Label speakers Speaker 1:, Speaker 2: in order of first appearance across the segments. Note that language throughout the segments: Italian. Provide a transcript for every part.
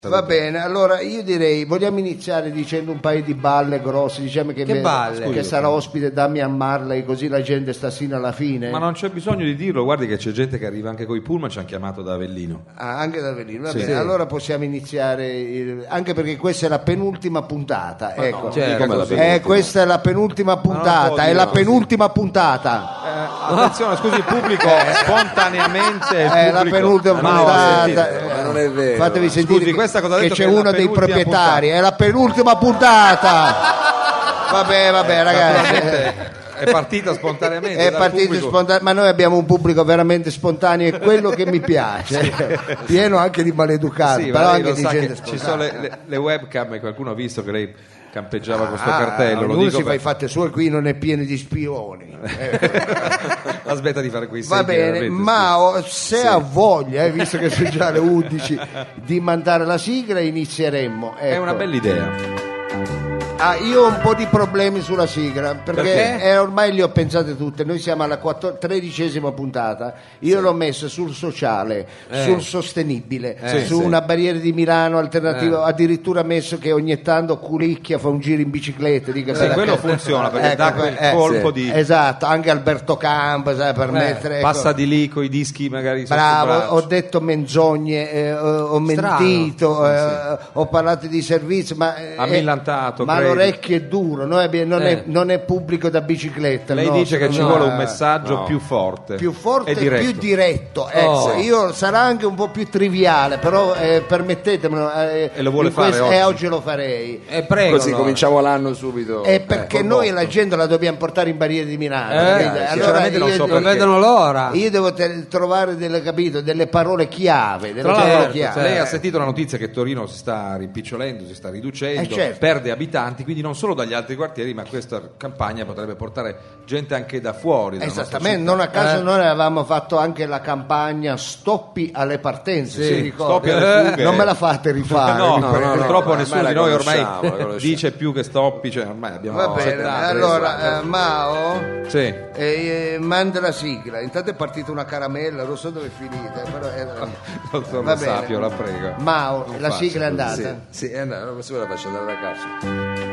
Speaker 1: Va bene, allora io direi vogliamo iniziare dicendo un paio di balle grosse, diciamo che sarà ospite Damian Marley, così la gente sta sino alla fine.
Speaker 2: Ma non c'è bisogno di dirlo, guardi che c'è gente che arriva anche coi pullman, ci hanno chiamato da Avellino.
Speaker 1: Ah, anche da Avellino, va bene, allora possiamo iniziare, anche perché questa è la penultima puntata, ecco.
Speaker 2: No, certo.
Speaker 1: Questa è la penultima puntata, è la penultima puntata.
Speaker 2: Attenzione, scusi il pubblico, spontaneamente
Speaker 1: è la penultima puntata.
Speaker 3: Non è vero.
Speaker 1: Fatevi sentire.
Speaker 2: Scusi, questa cosa ha
Speaker 1: che
Speaker 2: detto
Speaker 1: c'è
Speaker 2: che
Speaker 1: uno dei proprietari, è la penultima puntata. Vabbè ragazzi,
Speaker 2: è partita spontaneamente.
Speaker 1: È partita spontanea, ma noi abbiamo un pubblico veramente spontaneo, è quello che mi piace, pieno anche di maleducati,
Speaker 2: sì,
Speaker 1: però anche di
Speaker 2: sa
Speaker 1: gente
Speaker 2: che ci sono le webcam e qualcuno ha visto che lei campeggiava questo cartello.
Speaker 1: Lo dico, si fa i fatti suoi, qui non è pieno di spioni.
Speaker 2: Aspetta di fare quei
Speaker 1: va bene, ma se ha voglia, visto che sono già le 11, di mandare la sigla, inizieremmo. Ecco.
Speaker 2: È una bella idea.
Speaker 1: Io ho un po' di problemi sulla sigla perché ormai le ho pensate tutte. Noi siamo alla 13ª puntata. Io l'ho messa sul sociale, sul sostenibile, su una barriera di Milano alternativa. Addirittura messo che ogni tanto Culicchia fa un giro in bicicletta.
Speaker 2: Quello funziona perché dà quel colpo di.
Speaker 1: Esatto, anche Alberto Campo, sai, per mettere.
Speaker 2: Passa di lì con i dischi magari.
Speaker 1: Bravo, ho detto menzogne, ho mentito, ho parlato di servizi, ma
Speaker 2: ha millantato.
Speaker 1: Ma l'orecchio è duro, non è pubblico da bicicletta.
Speaker 2: Lei dice che ci vuole un messaggio più forte
Speaker 1: e più diretto. Ecco, io sarà anche un po' più triviale, però permettetemelo.
Speaker 2: E lo vuole fare oggi?
Speaker 1: Oggi lo farei.
Speaker 3: Prego, così cominciamo l'anno subito.
Speaker 1: Perché noi la gente la dobbiamo portare in barriere di Milano.
Speaker 2: Allora non
Speaker 4: vedono l'ora.
Speaker 1: Io devo trovare delle parole chiave.
Speaker 2: Lei ha sentito la notizia che Torino si sta rimpicciolendo, si sta riducendo, perde abitanti, quindi non solo dagli altri quartieri, ma questa campagna potrebbe portare gente anche da fuori.
Speaker 1: Esattamente, non a caso noi avevamo fatto anche la campagna stoppi alle partenze, si ricorda?
Speaker 2: Stoppi alle fughe.
Speaker 1: Non me la fate rifare.
Speaker 2: No, purtroppo nessuno di noi ormai dice più che stoppi, cioè ormai abbiamo.
Speaker 1: Va bene, allora Mao manda la sigla. Intanto è partita una caramella, non so dove è finita, però
Speaker 2: dottor Sapio, la prego.
Speaker 1: Mao, la sigla è andata?
Speaker 3: Sì, è andata, non la faccio andare da casa.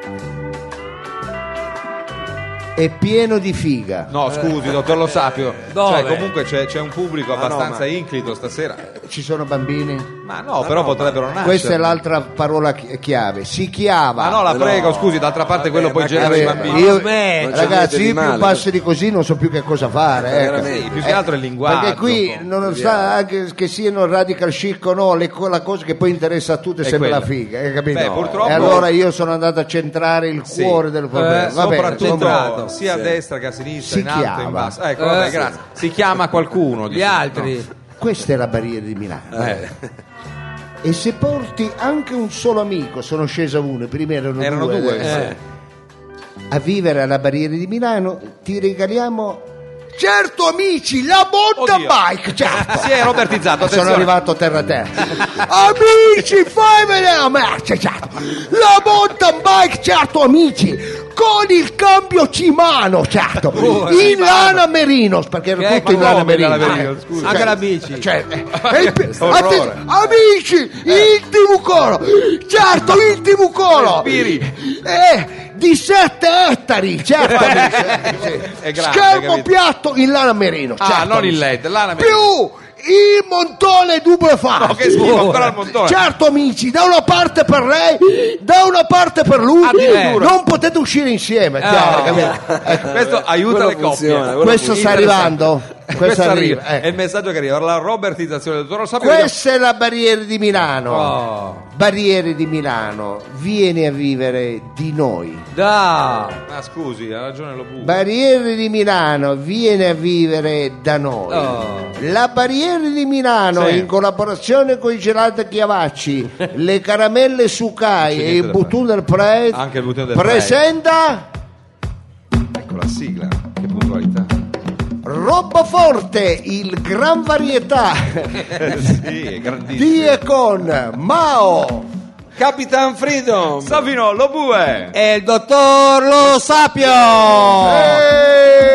Speaker 1: È pieno di figa.
Speaker 2: No, scusi, dottor Lo Sapio. Cioè, comunque c'è un pubblico abbastanza inclito stasera.
Speaker 1: Ci sono bambini?
Speaker 2: Ma no, però potrebbero nascere.
Speaker 1: Questa è l'altra parola chiave. Si chiava.
Speaker 2: Ma no, la prego, scusi, d'altra parte quello poi genera i bambini.
Speaker 1: Ragazzi, io più passi di così non so più che cosa fare.
Speaker 2: Sì, più che altro è il linguaggio.
Speaker 1: Perché qui non sa anche che siano radical chic o no, la cosa che poi interessa a tutti è sempre la figa, capito?
Speaker 2: Beh, purtroppo.
Speaker 1: E allora io sono andato a centrare il cuore del problema.
Speaker 2: Soprattutto sia a destra che a sinistra, in alto e in basso. Ecco, vabbè, grazie. Si chiama qualcuno.
Speaker 4: Gli altri.
Speaker 1: Questa è la barriera di Milano. E se porti anche un solo amico, sono sceso uno, prima erano due. A vivere alla barriera di Milano ti regaliamo. Certo amici, la mountain bike, certo.
Speaker 2: Si è robertizzato, attenzione.
Speaker 1: Sono arrivato terra. Amici, fai vedere la merce, certo. La mountain bike, certo amici, con il cambio Cimano, certo. In lana merino, perché era tutto in lana merino.
Speaker 4: Anche la bici.
Speaker 1: Amici, il TV Colo, certo, il TV Colo. Di 7 ettari, certo. Schermo piatto in lana merino, certo.
Speaker 2: Non il LED, lana merino.
Speaker 1: Più il montone double fase.
Speaker 2: No, che schifo, ancora il montone.
Speaker 1: Certo amici, da una parte per lei, da una parte per lui, non potete uscire insieme, chiaro,
Speaker 2: questo aiuta le coppie.
Speaker 1: Questo sta arrivando.
Speaker 2: Questo arriva. È il messaggio che arriva, la robertizzazione del dottor Sapio.
Speaker 1: Questa è la barriera di Milano. Barriere di Milano, vieni a vivere di noi.
Speaker 2: Ma scusi, ha ragione lo bue.
Speaker 1: Barriere di Milano, viene a vivere da noi. La Barriere di Milano, in collaborazione con i gelati Chiavacci, le caramelle Sucai e il Butun del Pride,
Speaker 2: anche il Butun del
Speaker 1: presenta.
Speaker 2: Ecco la sigla, che puntualità.
Speaker 1: Roba forte, il gran varietà.
Speaker 2: Sì, è grandissimo.
Speaker 1: Di e con Mao,
Speaker 3: Capitan Freedom,
Speaker 2: Savino Lo Bue
Speaker 4: e il dottor Lo Sapio.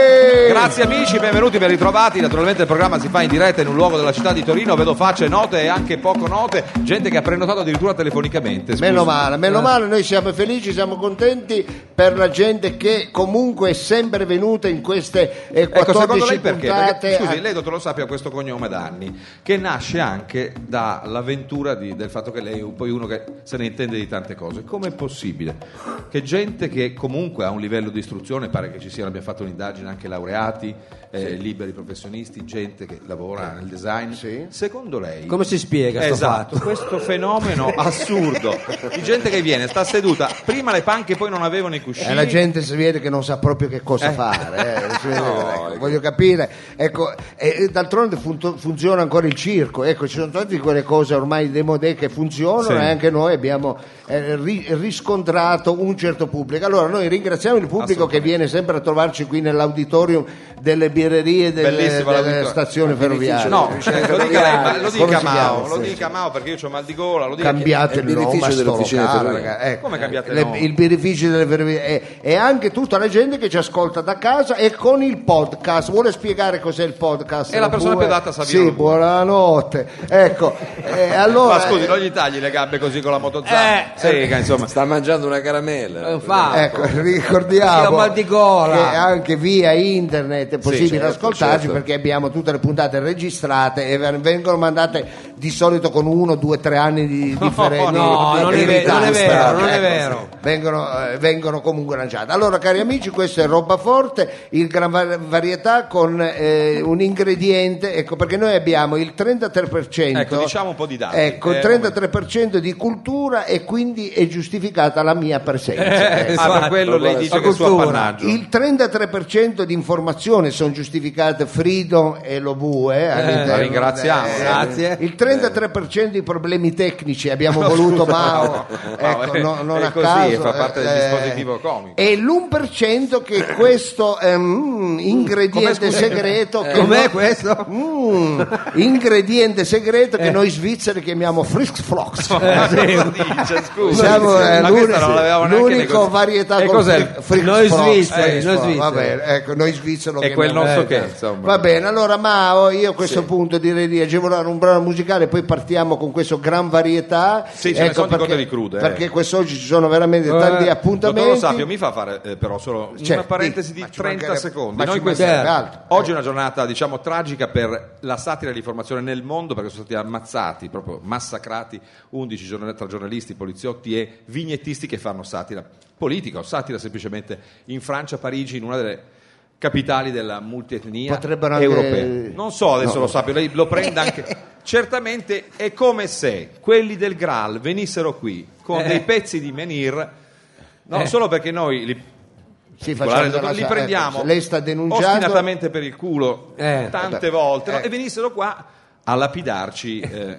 Speaker 2: Grazie amici, benvenuti, ben ritrovati. Naturalmente il programma si fa in diretta in un luogo della città di Torino. Vedo facce note e anche poco note, gente che ha prenotato addirittura telefonicamente. Scusi.
Speaker 1: Meno male, noi siamo felici, siamo contenti per la gente che comunque è sempre venuta in queste 14 puntate.
Speaker 2: Perché, scusi, lei dottor Lo Sapio ha questo cognome da anni, che nasce anche dall'avventura del fatto che lei è poi uno che se ne intende di tante cose. Com'è possibile che gente che comunque ha un livello di istruzione, pare che ci siano, abbiamo fatto un'indagine, anche laureati, liberi professionisti, gente che lavora nel design, secondo lei
Speaker 4: come si spiega
Speaker 2: questo fenomeno assurdo di gente che viene, sta seduta, prima le panche, poi non avevano i cuscini,
Speaker 1: la gente si vede che non sa proprio che cosa fare, voglio capire, ecco, d'altronde funziona ancora il circo, ecco, ci sono tante di quelle cose ormai demodè che funzionano, e anche noi abbiamo riscontrato un certo pubblico. Allora noi ringraziamo il pubblico che viene sempre a trovarci qui nell'auditorium delle birrerie delle stazioni ferroviarie.
Speaker 2: No, lo dica Mao, perché io ho mal di gola.
Speaker 1: Cambiate il nome dell'officina ferroviaria.
Speaker 2: Come cambiate il nome?
Speaker 1: Il birrificio delle ferrovie e anche tutta la gente che ci ascolta da casa e con il podcast. Vuole spiegare cos'è il podcast?
Speaker 2: È la persona più adatta a Savino.
Speaker 1: Sì, buonanotte. Ecco, allora.
Speaker 2: Ma scusi, non gli tagli le gambe così con la motozappa. Insomma,
Speaker 3: sta mangiando una caramella.
Speaker 1: Ecco, ricordiamo
Speaker 4: mal di gola.
Speaker 1: che anche via internet è possibile ascoltarci, perché abbiamo tutte le puntate registrate e vengono mandate di solito con 1, 2, 3 anni di differenza.
Speaker 4: No, non è vero.
Speaker 1: Vengono comunque lanciate. Allora, cari amici, questo è Roba Forte, il Gran Varietà con un ingrediente, ecco, perché noi abbiamo il 33%.
Speaker 2: Ecco, diciamo un po' di dati.
Speaker 1: Ecco, il 33% di cultura, e quindi è giustificata la mia presenza.
Speaker 2: Per quello lei dice che è suo appannaggio.
Speaker 1: Il 33% di informazioni sono giustificate Frido e Lobue.
Speaker 2: La ringraziamo.
Speaker 1: Grazie. Il 33% di problemi tecnici abbiamo voluto Mao, ecco, non a
Speaker 2: così,
Speaker 1: caso,
Speaker 2: fa parte del dispositivo comico.
Speaker 1: E l'1% che è questo ingrediente segreto.
Speaker 4: Com'è questo?
Speaker 1: Ingrediente segreto che noi svizzeri chiamiamo Frisk Flox.
Speaker 2: Siamo
Speaker 1: l'unico varietà con
Speaker 4: noi svizzeri.
Speaker 1: Va bene, ecco, noi svizzeri lo
Speaker 2: chiamiamo. E quel non so che, insomma.
Speaker 1: Va bene, allora Mao, io a questo punto direi di agevolare un brano musicale, poi partiamo con questo Gran Varietà.
Speaker 2: Sì, ce ne sono di cose di crude.
Speaker 1: Perché quest'oggi ci sono veramente tanti appuntamenti.
Speaker 2: Dottor Lo Sapio, mi fa fare però solo una parentesi di 30 secondi. Oggi è una giornata, diciamo, tragica per la satira e l'informazione nel mondo, perché sono stati ammazzati, proprio massacrati 11 tra giornalisti, poliziotti e vignettisti che fanno satira politica o satira semplicemente in Francia, Parigi, in una delle capitali della multietnia europea. Non so, adesso Lo Sapio, lei lo prenda anche. Certamente è come se quelli del Graal venissero qui con dei pezzi di menhir, solo perché noi li prendiamo
Speaker 1: lei sta denunciando
Speaker 2: ostinatamente per il culo tante volte, e venissero qua a lapidarci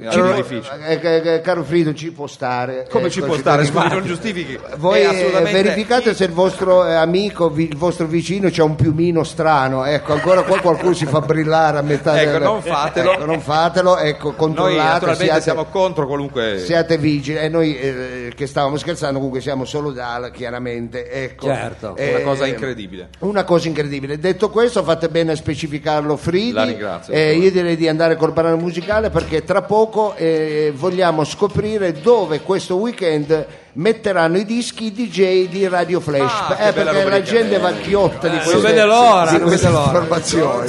Speaker 1: caro Frido, ci può stare.
Speaker 2: Come ci può stare? Non giustifichi.
Speaker 1: Voi verificate se il vostro amico, il vostro vicino c'ha un piumino strano, ecco, ancora qua qualcuno si fa brillare a metà
Speaker 2: non fatelo.
Speaker 1: Non fatelo, ecco, controllate.
Speaker 2: Noi naturalmente siamo contro qualunque,
Speaker 1: siate vigili, e noi che stavamo scherzando comunque siamo solidali, chiaramente, ecco.
Speaker 4: Certo.
Speaker 2: Una cosa incredibile.
Speaker 1: Detto questo, fate bene a specificarlo, Fridi.
Speaker 2: La ringrazio.
Speaker 1: Io direi di andare col brano musicale, perché tra poco vogliamo scoprire dove questo weekend metteranno i dischi i DJ di Radio Flash, perché la gente va ghiotta di queste,
Speaker 4: non vede l'ora,
Speaker 1: informazioni.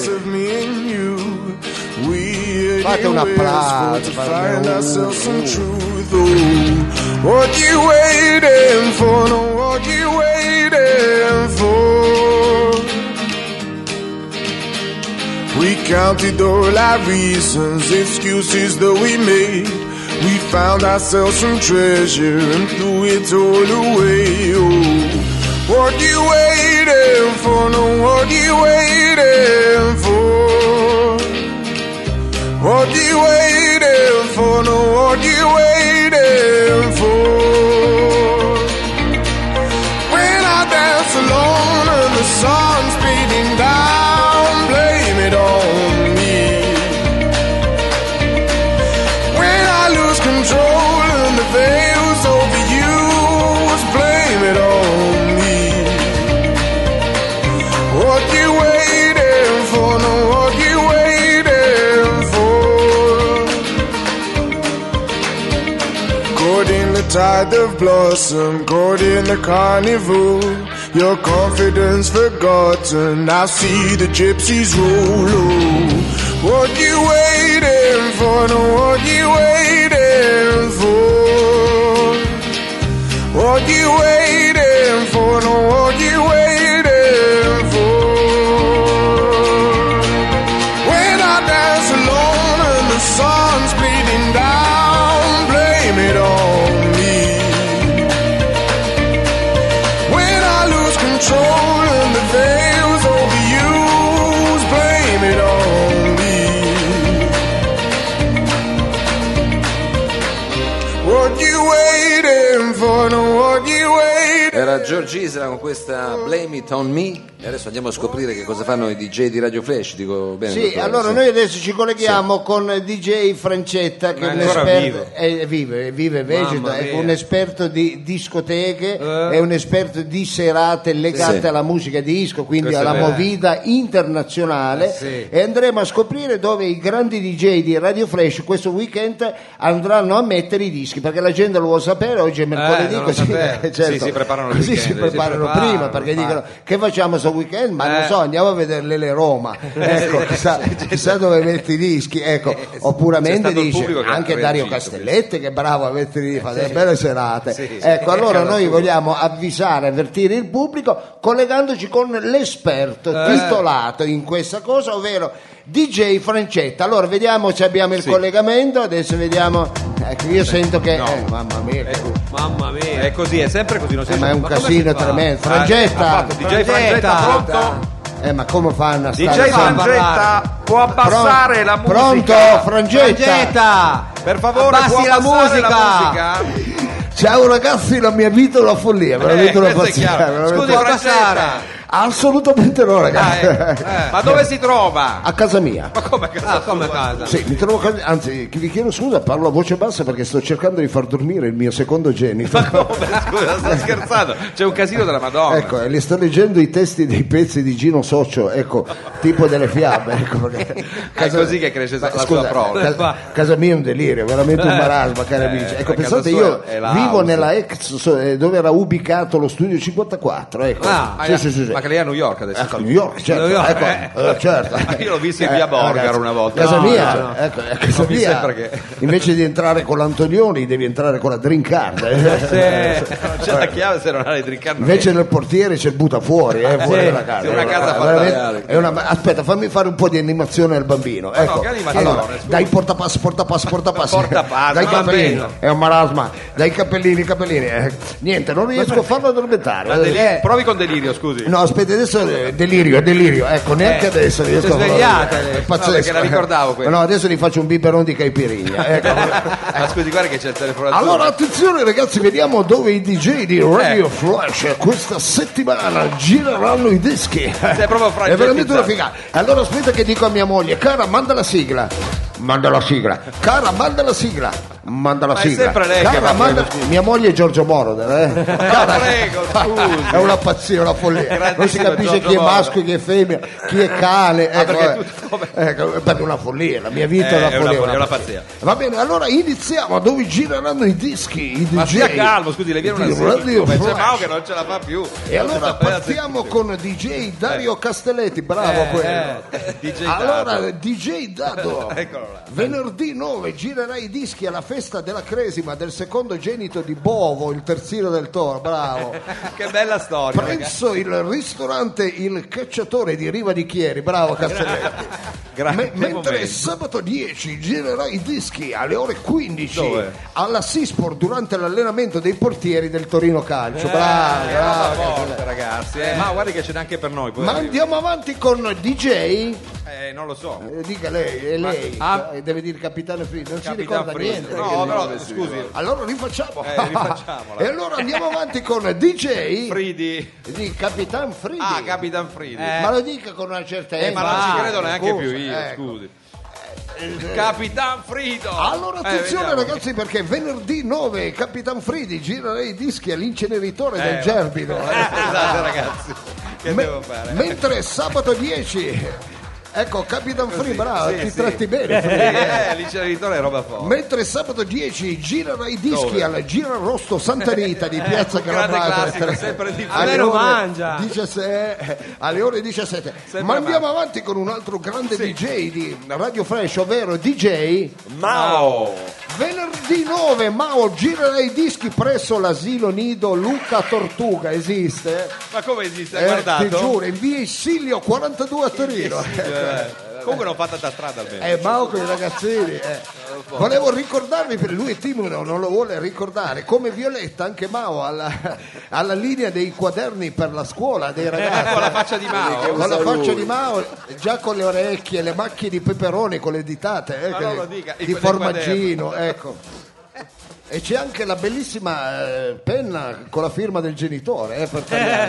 Speaker 1: Fate un applauso. What you waiting for? No, what you waiting for? We counted all our reasons, excuses that we made. We found ourselves some treasure and threw it all away. Oh, what you waiting for? No, what you waiting for? What you waiting for? No, what you waiting for? When I dance alone and the sun's beating down, blame it on me. When I lose control and the veil's overused, blame it on me. What you waiting
Speaker 5: a tide of blossom caught in the carnival. Your confidence forgotten, I see the gypsies roll. What you waiting for? No, what you waiting for? What you waiting for? No, what you waiting for? When I dance alone and the sun's bleeding down, blame it on me. When I lose control and the veil's overused, blame it on me. What you waiting for? No, what you waiting?
Speaker 3: Era George Ezra con questa Blame It On Me. E adesso andiamo a scoprire che cosa fanno i DJ di Radio Flash, dico bene?
Speaker 1: Sì,
Speaker 3: dottore?
Speaker 1: allora noi adesso ci colleghiamo con DJ Francetta, che è un esperto, vive vegeta, è un esperto di discoteche, è un esperto di serate legate alla musica disco, quindi
Speaker 2: Questo
Speaker 1: alla movida internazionale, e andremo a scoprire dove i grandi DJ di Radio Flash questo weekend andranno a mettere i dischi, perché la gente lo vuole sapere, oggi è mercoledì, così certo,
Speaker 2: sì, si preparano il
Speaker 1: così
Speaker 2: weekend,
Speaker 1: si preparano prima, perché dicono che facciamo sto weekend, ma non so, andiamo a vedere le Roma, ecco, chissà dove metti i dischi, ecco, oppuramente dice anche Dario Castelletti che è bravo a mettere i dischi, fa delle belle serate, ecco, allora noi vogliamo avvisare, avvertire il pubblico collegandoci con l'esperto titolato in questa cosa, ovvero DJ Francetta. Allora vediamo se abbiamo il collegamento, adesso vediamo, ecco, io sento che mamma mia,
Speaker 2: è così, è sempre così, non si
Speaker 1: ma è un casino tremendo. Frangetta,
Speaker 2: DJ Frangetta, pronto?
Speaker 1: Ma come fanno a
Speaker 2: DJ
Speaker 1: stare
Speaker 2: Frangetta, può abbassare la musica?
Speaker 1: Pronto, Frangetta,
Speaker 2: per favore,
Speaker 4: abbassi
Speaker 2: può
Speaker 4: la
Speaker 2: abbassare
Speaker 4: musica.
Speaker 1: Ciao ragazzi, la mia vita è una follia, veramente una pazzia.
Speaker 2: Scusi, Frangetta.
Speaker 1: Assolutamente no, ragazzi.
Speaker 2: Ma dove si trova?
Speaker 1: A casa mia.
Speaker 2: Ma come a casa?
Speaker 4: Come casa?
Speaker 1: Sì, mi trovo a casa, anzi, vi chiedo scusa, parlo a voce bassa perché sto cercando di far dormire il mio secondogenito.
Speaker 2: Ma come? Scusa, sto scherzando. C'è un casino della Madonna.
Speaker 1: Ecco, e le sto leggendo i testi dei pezzi di Gino Socio, ecco, tipo delle fiabe. Ecco,
Speaker 2: è così che cresce la sua prole.
Speaker 1: Casa mia è un delirio, veramente un marasma, cari amici. Ecco, pensate, io vivo nella ex dove era ubicato lo studio 54. Ecco. Sì.
Speaker 2: Ma che lei è a New York adesso?
Speaker 1: Ecco, New York, certo.
Speaker 4: New York,
Speaker 1: ecco, certo.
Speaker 2: Io l'ho visto in via Borgaro una volta.
Speaker 1: Casa mia, ecco, casa mia.
Speaker 2: Perché...
Speaker 1: invece di entrare con l'Antonioni devi entrare con la drink card.
Speaker 2: Non c'è la chiave se non hai le drink card.
Speaker 1: Invece nel portiere c'è il butta fuori, fuori dalla casa.
Speaker 2: È una casa fatta.
Speaker 1: Aspetta, fammi fare un po' di animazione al bambino. Ecco.
Speaker 2: No, che animazione?
Speaker 1: Allora, dai portapass. Dai capellini. È un marasma. Dai capellini. Niente, non riesco a farlo addormentare.
Speaker 2: Provi con delirio, scusi.
Speaker 1: No, aspetta, adesso è delirio. Ecco, neanche adesso riesco a farlo.
Speaker 4: Svegliate.
Speaker 1: È pazzesco.
Speaker 2: No, perché la ricordavo questa.
Speaker 1: No, adesso gli faccio un biberon di caipirinha. Ecco.
Speaker 2: Ma scusi, guarda che c'è il telefono.
Speaker 1: Allora attenzione ragazzi, vediamo dove i DJ di Radio Flash questa settimana gireranno i dischi.
Speaker 2: Sei proprio
Speaker 1: è veramente una figata. Allora aspetta che dico a mia moglie: cara, manda la sigla. Cara, manda la sigla.
Speaker 2: È sempre lei
Speaker 1: cara,
Speaker 2: che
Speaker 1: manda... mia moglie è Giorgio Moroder,
Speaker 2: Cara, prego, scusi.
Speaker 1: È una pazzia, una follia. Non si capisce chi è maschio, chi è femmina, chi è cane. Ecco, è una follia, la mia vita è una
Speaker 2: pazzia.
Speaker 1: Va bene, allora iniziamo dove gireranno i dischi, i DJ.
Speaker 2: Ma stia calmo, scusi, le viene una sigla. C'è Mao che non ce la fa più.
Speaker 1: E allora partiamo con DJ Dario Castelletti, bravo quello. Allora DJ Dado,
Speaker 2: eccolo là.
Speaker 1: Venerdì 9 girerai i dischi alla festa della cresima del secondo genito di Bovo, il terzino del Toro, bravo.
Speaker 2: Che bella storia.
Speaker 1: Presso il ristorante Il Cacciatore di Riva di Chieri, bravo Castelletti. Mentre sabato 10 girerai i dischi alle ore 15 alla Sispor durante l'allenamento dei portieri del Torino Calcio, bravo,
Speaker 2: ragazzi, ma guardi che ce n'è anche per noi.
Speaker 1: Ma andiamo avanti con DJ.
Speaker 2: Non lo so.
Speaker 1: Dica lei, è lei. Deve dire Capitano Fridi, non si ricorda niente.
Speaker 2: No, però scusi.
Speaker 1: Allora rifacciamo. E allora andiamo avanti con DJ
Speaker 2: Fridi
Speaker 1: di Capitan Fridi.
Speaker 2: Capitan Fridi.
Speaker 1: Ma lo dica con una certa
Speaker 2: ma non ci credo neanche più io, scusi. Capitan Frido.
Speaker 1: Allora attenzione ragazzi, perché venerdì 9 Capitan Fridi girerà i dischi all'inceneritore del Gerbino.
Speaker 2: Scusate ragazzi, che devo fare?
Speaker 1: Mentre sabato 10 Ecco, Capitan Free, bravo, ti tratti bene.
Speaker 2: Lì c'è l'editore, roba forte.
Speaker 1: Mentre sabato 10 girano i dischi al Girarosto Santa Rita di Piazza Garabato,
Speaker 2: sempre di
Speaker 4: alle
Speaker 1: ore 17. Ma andiamo avanti con un altro grande DJ di Radio Flash, ovvero DJ
Speaker 3: Mao.
Speaker 1: Venerdì 9 Mao girerà i dischi presso l'asilo nido Luca Tortuga. Esiste?
Speaker 2: Ma come esiste? Hai guardato?
Speaker 1: Ti giuro, in via Issilio 42 a Torino.
Speaker 2: Comunque non fa tanta strada almeno.
Speaker 1: Mao con i ragazzini. Volevo ricordarvi, per lui è timido, non lo vuole ricordare, come Violetta anche Mao alla linea dei quaderni per la scuola dei ragazzi.
Speaker 2: Con la faccia di Mao.
Speaker 1: Con la faccia di Mao, già con le orecchie, le macchie di peperone con le ditate,
Speaker 2: non lo dica,
Speaker 1: di formaggino, ecco. E c'è anche la bellissima penna con la firma del genitore per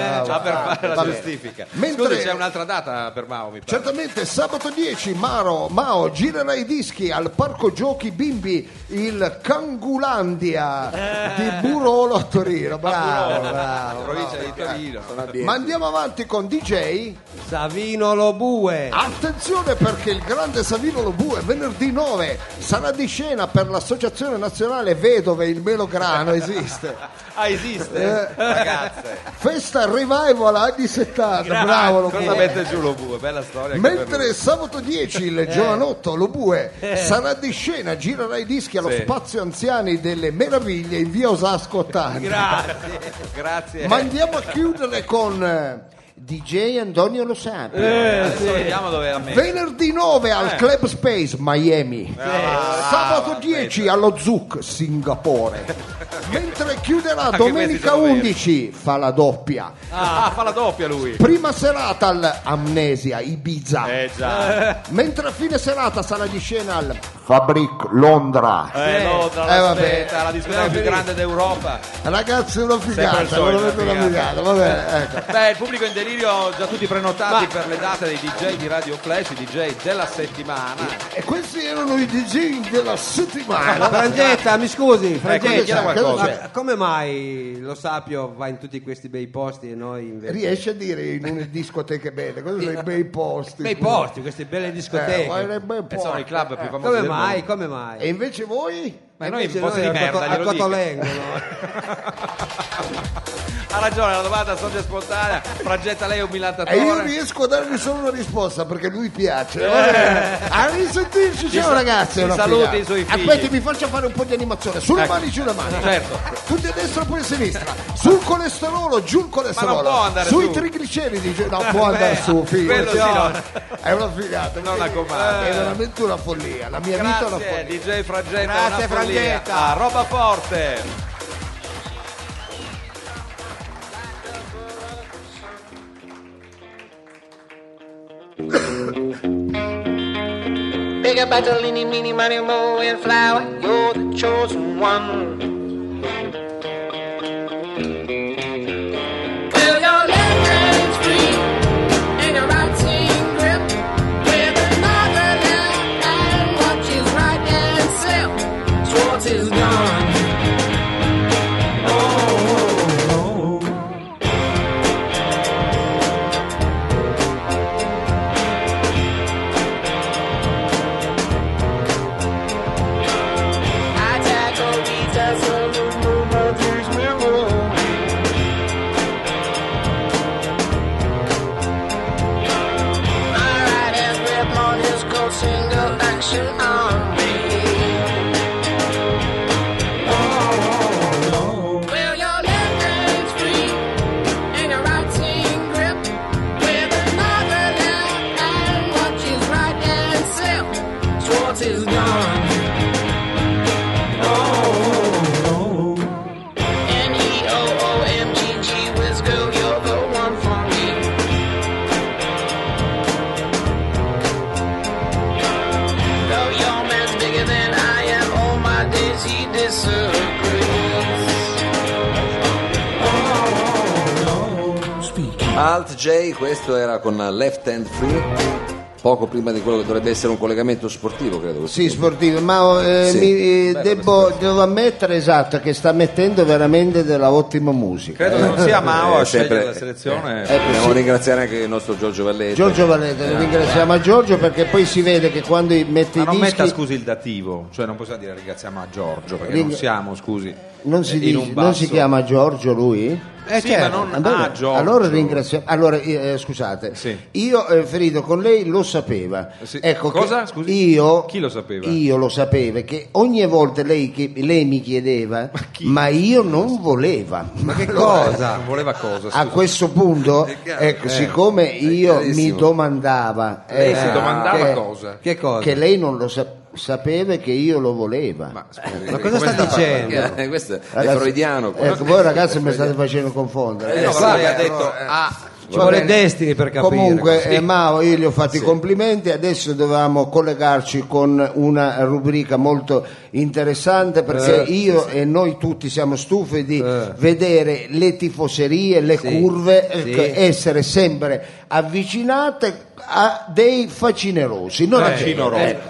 Speaker 2: fare la giustifica. Scusi, c'è un'altra data per Mao, mi pare.
Speaker 1: Certamente, sabato 10 Mao girerà i dischi al Parco Giochi Bimbi, il Cangulandia di Burolo a Torino. Bravo.
Speaker 2: Provincia di Torino.
Speaker 1: Ma andiamo avanti con DJ
Speaker 4: Savino Lobue.
Speaker 1: Attenzione, perché il grande Savino Lobue venerdì 9 sarà di scena per l'Associazione Nazionale Vedove il Melograno. Esiste?
Speaker 2: Esiste? Ragazze,
Speaker 1: Festa Revival anni 70. Bravo Lobue.
Speaker 2: cosa mette giù Lobue? Bella storia.
Speaker 1: Mentre sabato 10 il giovanotto Lobue sarà di scena, girerà i dischi allo Spazio Anziani delle Meraviglie in via Osasco 80.
Speaker 2: Grazie.
Speaker 1: Ma andiamo a chiudere con DJ Antonio Lo Sapio.
Speaker 2: Vediamo dove è
Speaker 1: Venerdì 9 al Club Space Miami. Sabato 10 allo Zouk Singapore. Mentre chiuderà domenica 11 fa la doppia.
Speaker 2: Fa la doppia lui.
Speaker 1: Prima serata al Amnesia Ibiza.
Speaker 2: Già.
Speaker 1: Mentre a fine serata sarà di scena al Fabric Londra.
Speaker 2: Londra, la discoteca più grande d'Europa.
Speaker 1: Ragazzi, una figata, va bene, ecco.
Speaker 2: Beh, il pubblico in delirio, già tutti prenotati per le date dei DJ di Radio Flash, i DJ della settimana.
Speaker 1: E questi erano i DJ della settimana.
Speaker 4: Frangetta, mi scusi,
Speaker 2: chieda qualcosa.
Speaker 4: ma come mai Lo Sapio va in tutti questi bei posti e noi invece?
Speaker 1: Riesci a dire in una discoteche belle, cosa sono i bei posti?
Speaker 4: Bei posti, queste belle discoteche.
Speaker 2: Sono i club più famosi
Speaker 4: Come
Speaker 2: del
Speaker 4: mai?
Speaker 2: mondo.
Speaker 4: Come mai?
Speaker 1: E invece voi?
Speaker 2: Ma noi in posti di merda,
Speaker 4: al
Speaker 2: glielo dico.
Speaker 4: Cotolengo,
Speaker 2: Ha ragione, la domanda sorge spontanea. Frangetta, lei è un millantatore.
Speaker 1: E io riesco a darvi solo una risposta perché lui piace. A risentirci, ciao ragazzi.
Speaker 2: Saluti i suoi figli.
Speaker 1: Aspetti, mi faccia fare un po' di animazione. Sulle mani, giù le mani.
Speaker 2: Certo.
Speaker 1: Tutti a destra, poi a sinistra. Sul colesterolo, giù il colesterolo.
Speaker 2: Ma non può andare
Speaker 1: sui
Speaker 2: su.
Speaker 1: Trigliceridi, giù. No, può andare su, figlio.
Speaker 2: Quello sì, no.
Speaker 1: È una figata.
Speaker 2: Non la comando.
Speaker 1: È veramente una follia. La mia vita è una follia.
Speaker 2: Grazie, DJ Frangetta.
Speaker 4: Grazie,
Speaker 2: una follia.
Speaker 4: Frangetta.
Speaker 2: Roba forte.
Speaker 6: Big a battle, eeny, meeny, miny, moe, and flower. You're the chosen one. Well, your left hand's free, and your right hand grip. With another left hand, watch his right hand slip. Swords is gone. Single action on me. Oh, no. Well, your left hand's free and your right hand grip. With another left hand, watch his right hand slip. Swords is gone. Oh, no. N-E-O-O-M-G-G, Wiz girl, you're the one for me.
Speaker 3: Alt J, questo era con Left Hand Free. poco prima di quello che dovrebbe essere un collegamento sportivo, credo.
Speaker 1: Sì, sportivo, ma devo ammettere, esatto, che sta mettendo veramente della ottima musica.
Speaker 2: Credo che non sia Mao a
Speaker 3: sempre,
Speaker 2: scegliere la selezione.
Speaker 3: Dobbiamo ringraziare anche il nostro Giorgio Valletta.
Speaker 1: Giorgio Valletta, ringraziamo a Giorgio, perché poi si vede che quando mette
Speaker 2: Ma
Speaker 1: i
Speaker 2: non
Speaker 1: dischi...
Speaker 2: metta, scusi, il dativo, cioè non possiamo dire ringraziamo a Giorgio, perché non siamo, scusi,
Speaker 1: non si,
Speaker 2: in un basso.
Speaker 1: non si chiama Giorgio lui?
Speaker 2: Sì, certo. Ma non Giorgio.
Speaker 1: Allora ringraziamo. Allora, scusate,
Speaker 2: sì.
Speaker 1: Io Ferito con lei lo sapeva.
Speaker 2: Sì.
Speaker 1: Ecco,
Speaker 2: cosa? Scusi? Chi lo sapeva?
Speaker 1: Io lo sapevo, che ogni volta lei mi chiedeva, ma io non voleva.
Speaker 4: Ma che cosa?
Speaker 2: Non voleva cosa?
Speaker 1: A questo punto, ecco, siccome io mi domandava,
Speaker 2: lei si domandava cosa?
Speaker 4: Che cosa?
Speaker 1: Che lei non lo sapeva che io lo voleva.
Speaker 4: Ma cosa sta dicendo?
Speaker 3: Questo
Speaker 1: Ragazzi,
Speaker 3: è freudiano.
Speaker 1: Ecco, voi ragazzi mi state facendo confondere.
Speaker 2: No, lei ha detto
Speaker 4: Ci vuole Destiny per capire.
Speaker 1: Comunque, Mao, io gli ho fatto i complimenti. Adesso dovevamo collegarci con una rubrica molto interessante, perché io e noi tutti siamo stufi di vedere le tifoserie, le curve essere sempre avvicinate a dei facinerosi. Non è vero.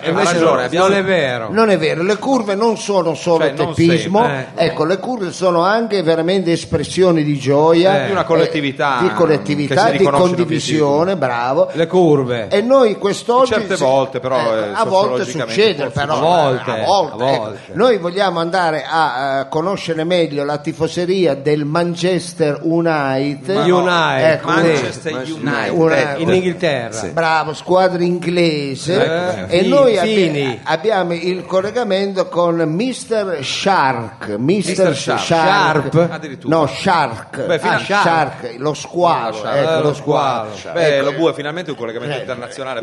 Speaker 4: Non è vero.
Speaker 1: Non è vero, le curve non sono solo teppismo, ecco, le curve sono anche veramente espressioni di gioia,
Speaker 2: di una collettività,
Speaker 1: di condivisione, bravo.
Speaker 4: Le curve.
Speaker 1: E noi quest'oggi
Speaker 2: certe volte però
Speaker 1: a volte succede, però
Speaker 4: a volte.
Speaker 1: Ecco, noi vogliamo andare a conoscere meglio la tifoseria del Manchester United.
Speaker 4: Ecco,
Speaker 2: Manchester United
Speaker 1: in
Speaker 4: Inghilterra.
Speaker 1: Bravo, squadra inglese, e noi abbiamo il collegamento con Mr. Shark. Mr. Sharp?
Speaker 2: Addirittura.
Speaker 1: No, Shark. Shark, lo squalo. Lo squalo.
Speaker 2: Beh, lo bue finalmente un collegamento internazionale.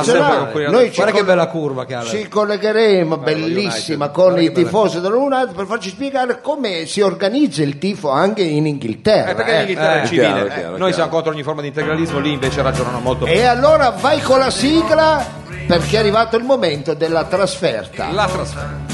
Speaker 1: Noi
Speaker 4: guarda che bella curva che ha.
Speaker 1: Ci collegheremo, bellissima, con i tifosi dell'United per farci spiegare come si organizza il tifo anche in Inghilterra.
Speaker 2: Perché l'Inghilterra è civile.
Speaker 3: Chiaro.
Speaker 2: Noi siamo contro ogni forma di integralismo, lì invece ragionano molto
Speaker 1: E allora vai con la sigla, perché è arrivato il momento della trasferta.
Speaker 2: La trasferta.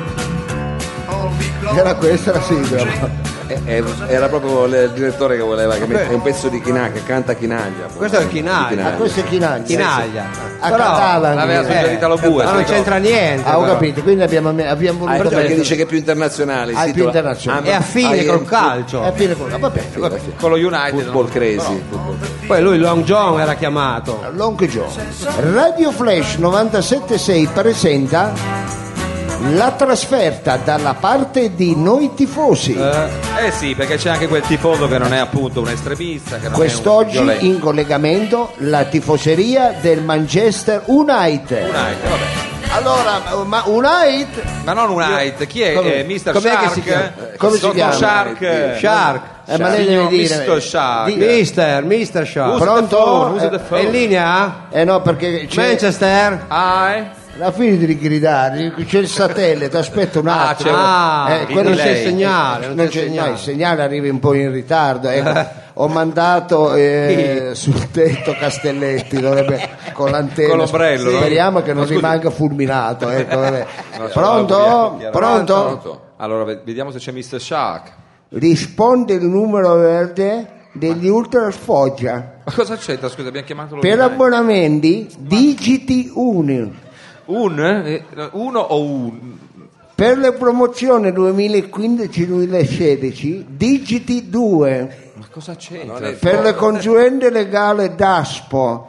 Speaker 1: Era questa la sigla.
Speaker 3: Era proprio il direttore che voleva che mette un pezzo di Chinaglia, che canta Chinaglia.
Speaker 4: Questo è il Chinaglia.
Speaker 1: Questo è Chinaglia.
Speaker 4: Però
Speaker 2: l'aveva suggerita lo bue.
Speaker 4: ma non c'entra niente.
Speaker 1: Ho capito, quindi abbiamo voluto
Speaker 3: perché dice che è più internazionale.
Speaker 1: È più internazionale.
Speaker 4: È affine col calcio.
Speaker 1: È affine col calcio. Va bene.
Speaker 2: Con lo United.
Speaker 3: Football crazy.
Speaker 4: Poi lui Long John era chiamato.
Speaker 1: Long John. Radio Flash 97.6 presenta la trasferta dalla parte di noi tifosi.
Speaker 2: Sì, perché c'è anche quel tifoso che non è appunto un estremista. Che non
Speaker 1: Quest'oggi
Speaker 2: è un
Speaker 1: in collegamento la tifoseria del Manchester United.
Speaker 2: Vabbè.
Speaker 1: Allora, ma United?
Speaker 2: Ma non United, chi è? Mr.
Speaker 4: Com'è
Speaker 2: Shark?
Speaker 4: che si chiama?
Speaker 1: Come si chiama?
Speaker 4: Shark.
Speaker 1: Ma lei deve dire
Speaker 2: Mr. Shark.
Speaker 4: Mister Shark.
Speaker 1: Pronto?
Speaker 2: È
Speaker 4: in linea?
Speaker 1: No, perché c'è
Speaker 4: Manchester.
Speaker 1: la fine di gridare, c'è il satellite, aspetta un attimo.
Speaker 4: Quello c'è il segnale.
Speaker 1: Non c'è il segnale, arrivi un po' in ritardo. Ecco. Ho mandato sul tetto Castelletti con l'antenna.
Speaker 2: Con l'ombrello,
Speaker 1: speriamo che non rimanga fulminato. Ecco, Pronto? Pronto?
Speaker 2: Allora vediamo se c'è Mr. Shark.
Speaker 1: Risponde il numero verde degli Ultras Foggia.
Speaker 2: Ma cosa c'entra? Scusa, abbiamo chiamato
Speaker 1: Per abbonamenti digiti 1.
Speaker 2: Uno o un?
Speaker 1: Per le promozioni 2015-2016 digiti 2.
Speaker 2: Ma cosa c'entra?
Speaker 1: Per le consulenze legale DASPO.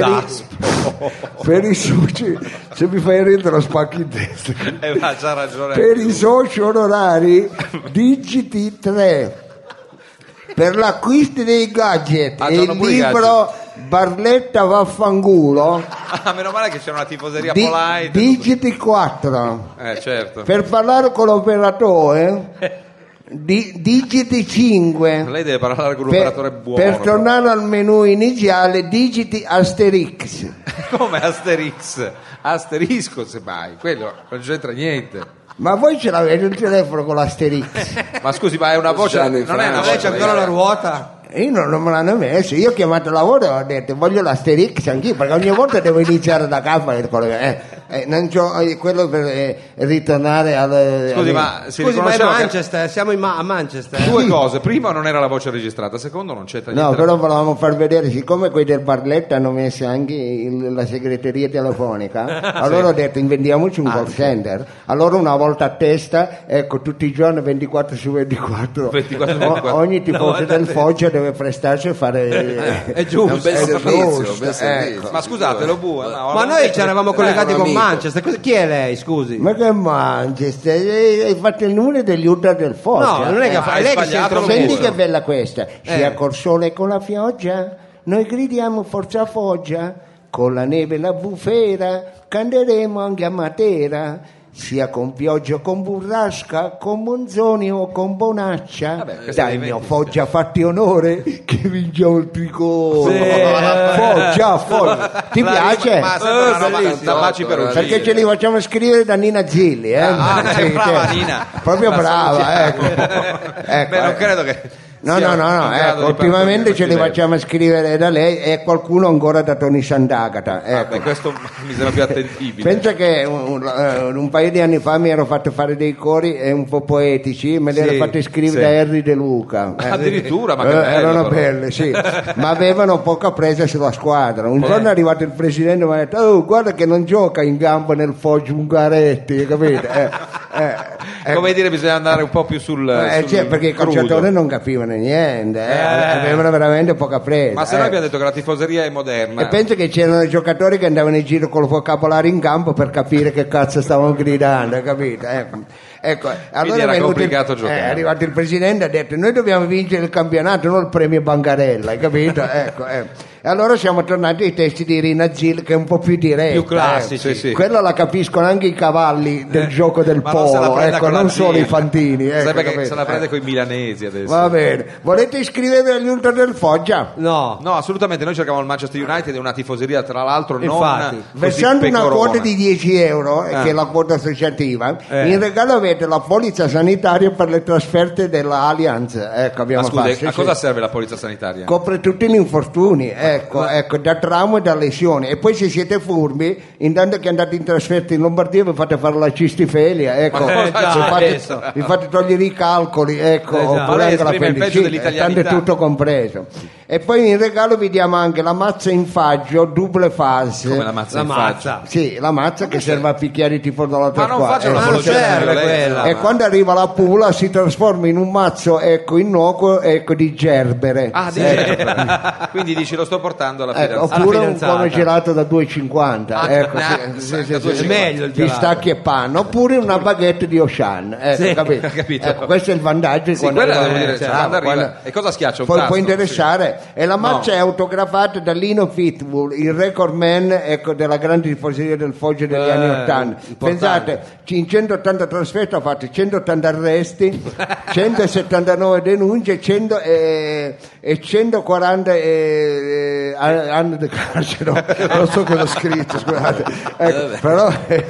Speaker 1: Per i soci, se mi fai ridere lo spacchi in testa.
Speaker 2: Ma c'ha ragione.
Speaker 1: Per i soci onorari digiti 3. Per l'acquisto dei gadget e il libro Barletta vaffangulo
Speaker 2: meno male che c'è una tifoseria polite.
Speaker 1: digiti 4.
Speaker 2: Certo.
Speaker 1: Per parlare con l'operatore digiti 5.
Speaker 2: Lei deve parlare con l'operatore buono.
Speaker 1: Per tornare al menu iniziale digiti Asterix.
Speaker 2: Come Asterix? Asterisco semmai, quello non c'entra niente.
Speaker 1: Ma voi ce l'avete il telefono con l'Asterix?
Speaker 2: Ma scusi, ma è una voce, non è una voce.
Speaker 4: C'è ancora la ruota?
Speaker 1: Io non me l'hanno messo, io ho chiamato il lavoro e ho detto voglio l'Asterix anch'io, perché ogni volta devo iniziare da capo. quello per ritornare al...
Speaker 2: Scusi, ma
Speaker 4: è Manchester, siamo a Manchester.
Speaker 2: Due cose: primo, non era la voce registrata; secondo, non c'entra niente.
Speaker 1: No, però volevamo far vedere, siccome quei del Barletta hanno messo anche la segreteria telefonica, allora ho detto inventiamoci un call center. Allora una volta a testa, ecco, tutti i giorni 24 su 24, ogni tifoso del Foggia deve prestarsi a fare...
Speaker 4: È giusto,
Speaker 3: è un bel servizio,
Speaker 1: ecco.
Speaker 2: Ma scusate, lo bue.
Speaker 4: Ma noi ci eravamo collegati con Manchester. Chi è lei, scusi?
Speaker 1: Ma che Manchester? Hai fatto il numero degli ultra del Foggia.
Speaker 4: No, non è che
Speaker 2: hai
Speaker 4: lei
Speaker 2: sbagliato.
Speaker 4: che
Speaker 1: Senti che bella questa. Sia col sole e con la pioggia, noi gridiamo forza Foggia, con la neve e la bufera, canteremo anche a Matera. Sia con pioggia o con burrasca, con Monzoni o con Bonaccia. Dai, mio Foggia, fatti onore che vinciamo il tricò. Foggia. Ti piace?
Speaker 2: Ma sembra una roba da baci per uscire.
Speaker 1: Perché ce li facciamo scrivere da Nina Zilli,
Speaker 2: brava Nina.
Speaker 1: Proprio brava, ecco.
Speaker 2: Beh, non credo che...
Speaker 1: No, ultimamente ce li facciamo scrivere da lei e qualcuno ancora da Tony Sant'Agata. Ecco.
Speaker 2: Questo mi sembra più attendibile.
Speaker 1: Pensa che un paio di anni fa mi ero fatto fare dei cori un po' poetici, me li ero fatti scrivere da Harry De Luca.
Speaker 2: Addirittura, ma che bello,
Speaker 1: erano
Speaker 2: però.
Speaker 1: belle, sì, ma avevano poca presa sulla squadra. Un giorno è arrivato il presidente e mi ha detto: oh, guarda che non gioca in campo nel Foggia Ungaretti, capite?
Speaker 2: Come dire, bisogna andare un po' più sul
Speaker 1: perché i calciatori non capivano niente, avevano veramente poca presa.
Speaker 2: Ma se noi abbiamo detto che la tifoseria è moderna,
Speaker 1: e penso che c'erano giocatori che andavano in giro col vocabolario in campo per capire che cazzo stavano gridando, capito? Ecco, allora
Speaker 2: era complicato giocare.
Speaker 1: È arrivato il presidente e ha detto: noi dobbiamo vincere il campionato, non il premio Bancarella, hai capito? E allora siamo tornati ai testi di Rina Zil, che è un po' più diretti,
Speaker 4: più classici.
Speaker 2: Sì.
Speaker 1: Quello la capiscono anche i cavalli del gioco del polo, non solo i fantini.
Speaker 2: Sai che se la prende con i milanesi adesso.
Speaker 1: Va bene, volete iscrivervi agli ultra del Foggia?
Speaker 4: No,
Speaker 2: assolutamente. Noi cercavamo il Manchester United, è una tifoseria tra l'altro non
Speaker 1: versando una
Speaker 2: pecorona.
Speaker 1: quota di 10 euro, che è la quota associativa, in regalo avete la polizza sanitaria per le trasferte dell'Allianz. Ecco, abbiamo fatto.
Speaker 2: A cosa serve la polizza sanitaria?
Speaker 1: Copre tutti gli infortuni, ecco, da trauma e da lesioni. E poi se siete furbi, intanto che andate in trasferta in Lombardia vi fate fare la cistifelia, ecco, vi fate togliere i calcoli, ecco, oppure anche l'appendicite, tanto è tutto compreso. E poi in regalo vi diamo anche la mazza in faggio, double fase.
Speaker 2: Come la mazza in faggio?
Speaker 1: Sì, la mazza che serve a picchiare i tifosi dall'altra
Speaker 2: squadra. Ma non faccio la
Speaker 4: serve quella.
Speaker 1: E quando arriva la pula si trasforma in un mazzo, ecco, innocuo, ecco, di gerbere.
Speaker 2: Di gerbere. Quindi dici: lo sto portando alla fidanzata.
Speaker 1: Oppure un cono gelato da 2,50. Ecco,
Speaker 4: è meglio il
Speaker 1: gelato. Pistacchi e panno. Oppure una baguette di Auchan. Ecco, capito? Ecco, questo è il vantaggio.
Speaker 2: Quando arriva. E cosa schiaccia?
Speaker 1: Può interessare. E la marcia è autografata da Lino Fitbull, il record man, ecco, della grande tifoseria del Foggia degli anni 80. Pensate, in 180 trasferte ha fatto 180 arresti, 179 denunce e 140 anni di carcere. Non so cosa ho scritto, scusate. Ecco, però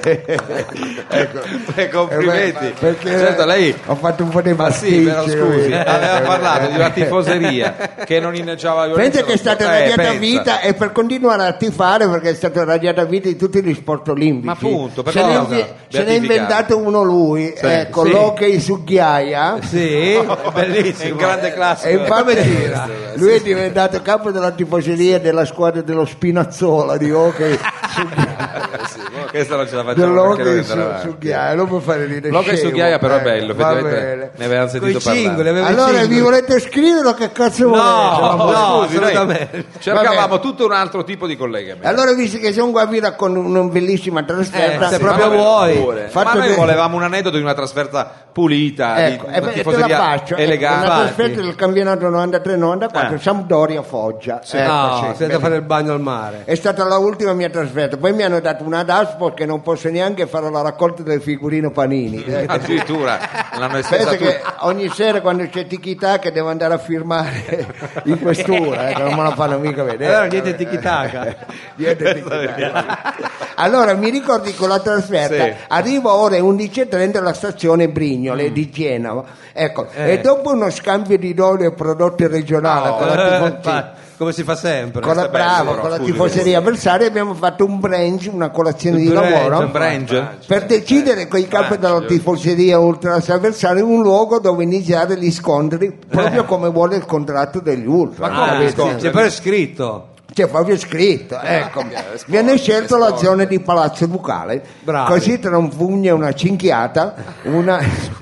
Speaker 2: complimenti.
Speaker 1: Perché
Speaker 2: certo, lei
Speaker 1: ho fatto un po' di
Speaker 2: sì, però scusi, aveva parlato di una tifoseria che non inneggiava violenza.
Speaker 1: Pensa che è stata radiata vita, e per continuare a tifare, perché è stata radiata vita di tutti gli sport olimpici.
Speaker 2: Ma appunto,
Speaker 1: se n'è inventato uno lui, ecco, l'hockey su ghiaia.
Speaker 4: Sì, è bellissimo,
Speaker 2: è un grande classico.
Speaker 1: E infatti lui è diventato capo della tifoseria della squadra dello Spinazzola di hockey su ghiaia.
Speaker 2: Questa non ce la facciamo,
Speaker 1: l'hockey su ghiaia, non può fare ridere.
Speaker 2: L'hockey su ghiaia però è bello, ne avevamo sentito parlare.
Speaker 1: Allora vi volete scrivere, che cazzo volete?
Speaker 2: No, scusi, cercavamo tutto un altro tipo di collegamento.
Speaker 1: Allora, visto che siamo qua a con una bellissima trasferta,
Speaker 4: se proprio vuoi,
Speaker 2: ma noi volevamo un aneddoto di una trasferta pulita,
Speaker 1: ecco,
Speaker 2: di una tifoseria elegante.
Speaker 1: Una trasferta del campionato 93-94, Sampdoria Foggia.
Speaker 4: Senza fare il bagno al mare.
Speaker 1: È stata l'ultima mia trasferta. Poi mi hanno dato una dashboard che non posso neanche fare la raccolta del figurino Panini.
Speaker 2: Addirittura l'hanno estesa.
Speaker 1: Penso che ogni sera quando c'è Tiki-Taka devo andare a firmare in questura, non me la fanno mica vedere.
Speaker 4: Allora niente Tiki-Taka.
Speaker 1: Niente Tiki-Taka. Allora mi ricordi con la trasferta,
Speaker 2: Sì.
Speaker 1: arrivo ore 11:30 alla stazione Brignole di Genova, ecco, e dopo uno scambio di doni e prodotti regionali con la
Speaker 4: come si fa sempre.
Speaker 1: con la, bravo, con la tifoseria avversaria abbiamo fatto un brunch, una colazione di lavoro per decidere con i capi della tifoseria ultras avversaria un luogo dove iniziare gli scontri proprio come vuole il contratto degli ultras.
Speaker 4: Ma come c'è poi scritto?
Speaker 1: C'è proprio scritto, ecco. Viene scelto la zona di Palazzo Ducale, così tra un pugno e una cinchiata una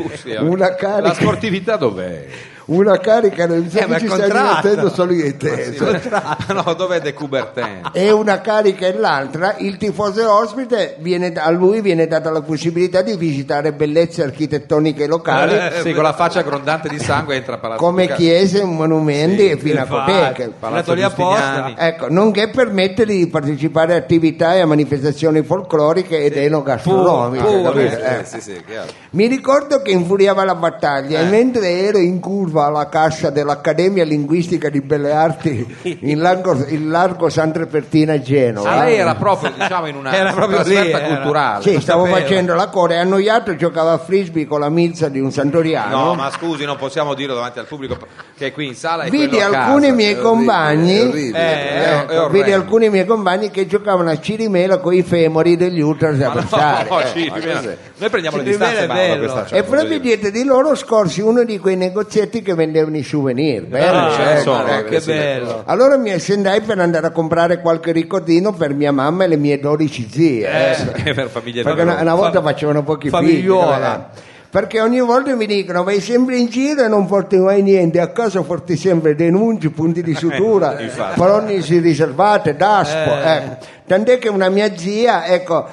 Speaker 1: carica.
Speaker 2: La sportività dov'è?
Speaker 1: Una carica non so
Speaker 4: ma
Speaker 1: che ci
Speaker 4: è
Speaker 1: stai
Speaker 4: contratto.
Speaker 1: divertendo solo io e te.
Speaker 2: No, dov'è De Coubertin?
Speaker 1: E una carica e l'altra, il tifoso ospite a lui viene data la possibilità di visitare bellezze architettoniche locali
Speaker 2: Sì, con la faccia grondante di sangue entra a Palazzo
Speaker 1: come
Speaker 2: Ducale.
Speaker 1: chiese, monumenti e pinacoteche.
Speaker 2: Palazzo
Speaker 4: lì apposta.
Speaker 2: Giustiniani.
Speaker 1: Ecco, nonché permettere di partecipare a attività e a manifestazioni folcloriche ed enogastronomiche. capito?
Speaker 3: Sì, chiaro.
Speaker 1: Mi ricordo che infuriava la battaglia e mentre ero in curva alla cassa dell'Accademia Linguistica di Belle Arti in largo Sandra Pertina a Genova.
Speaker 2: Lei era proprio, diciamo, in una
Speaker 4: Era proprio
Speaker 2: trasferta
Speaker 4: lì, era.
Speaker 2: culturale.
Speaker 1: Sì, stavo
Speaker 4: sapevo.
Speaker 1: facendo la coda e annoiato giocava a frisbee con la milza di un santoriano.
Speaker 2: No, ma scusi, non possiamo dirlo davanti al pubblico che è qui in sala e
Speaker 1: Vidi
Speaker 2: quello a
Speaker 1: alcuni
Speaker 2: casa.
Speaker 1: miei compagni
Speaker 3: È orribile.
Speaker 2: È orrendo.
Speaker 1: vidi alcuni miei compagni che giocavano a cirimela con i femori degli ultras avversari.
Speaker 2: No, noi prendiamo le distanze
Speaker 4: è
Speaker 2: Mauro, da
Speaker 4: bello.
Speaker 2: questa
Speaker 1: E proprio dietro di loro scorsi uno di quei negozietti che vendevano i souvenir. Bello,
Speaker 4: Che bello.
Speaker 1: Allora mi accendai per andare a comprare qualche ricordino per mia mamma e le mie 12 zie.
Speaker 2: per famiglie
Speaker 1: Perché una volta facevano pochi figli.
Speaker 4: Famigliuola.
Speaker 1: Perché ogni volta mi dicono vai sempre in giro e non porti mai niente, a casa porti sempre denunce, punti di sutura, prognosi riservate, daspo. Ecco. Tant'è che una mia zia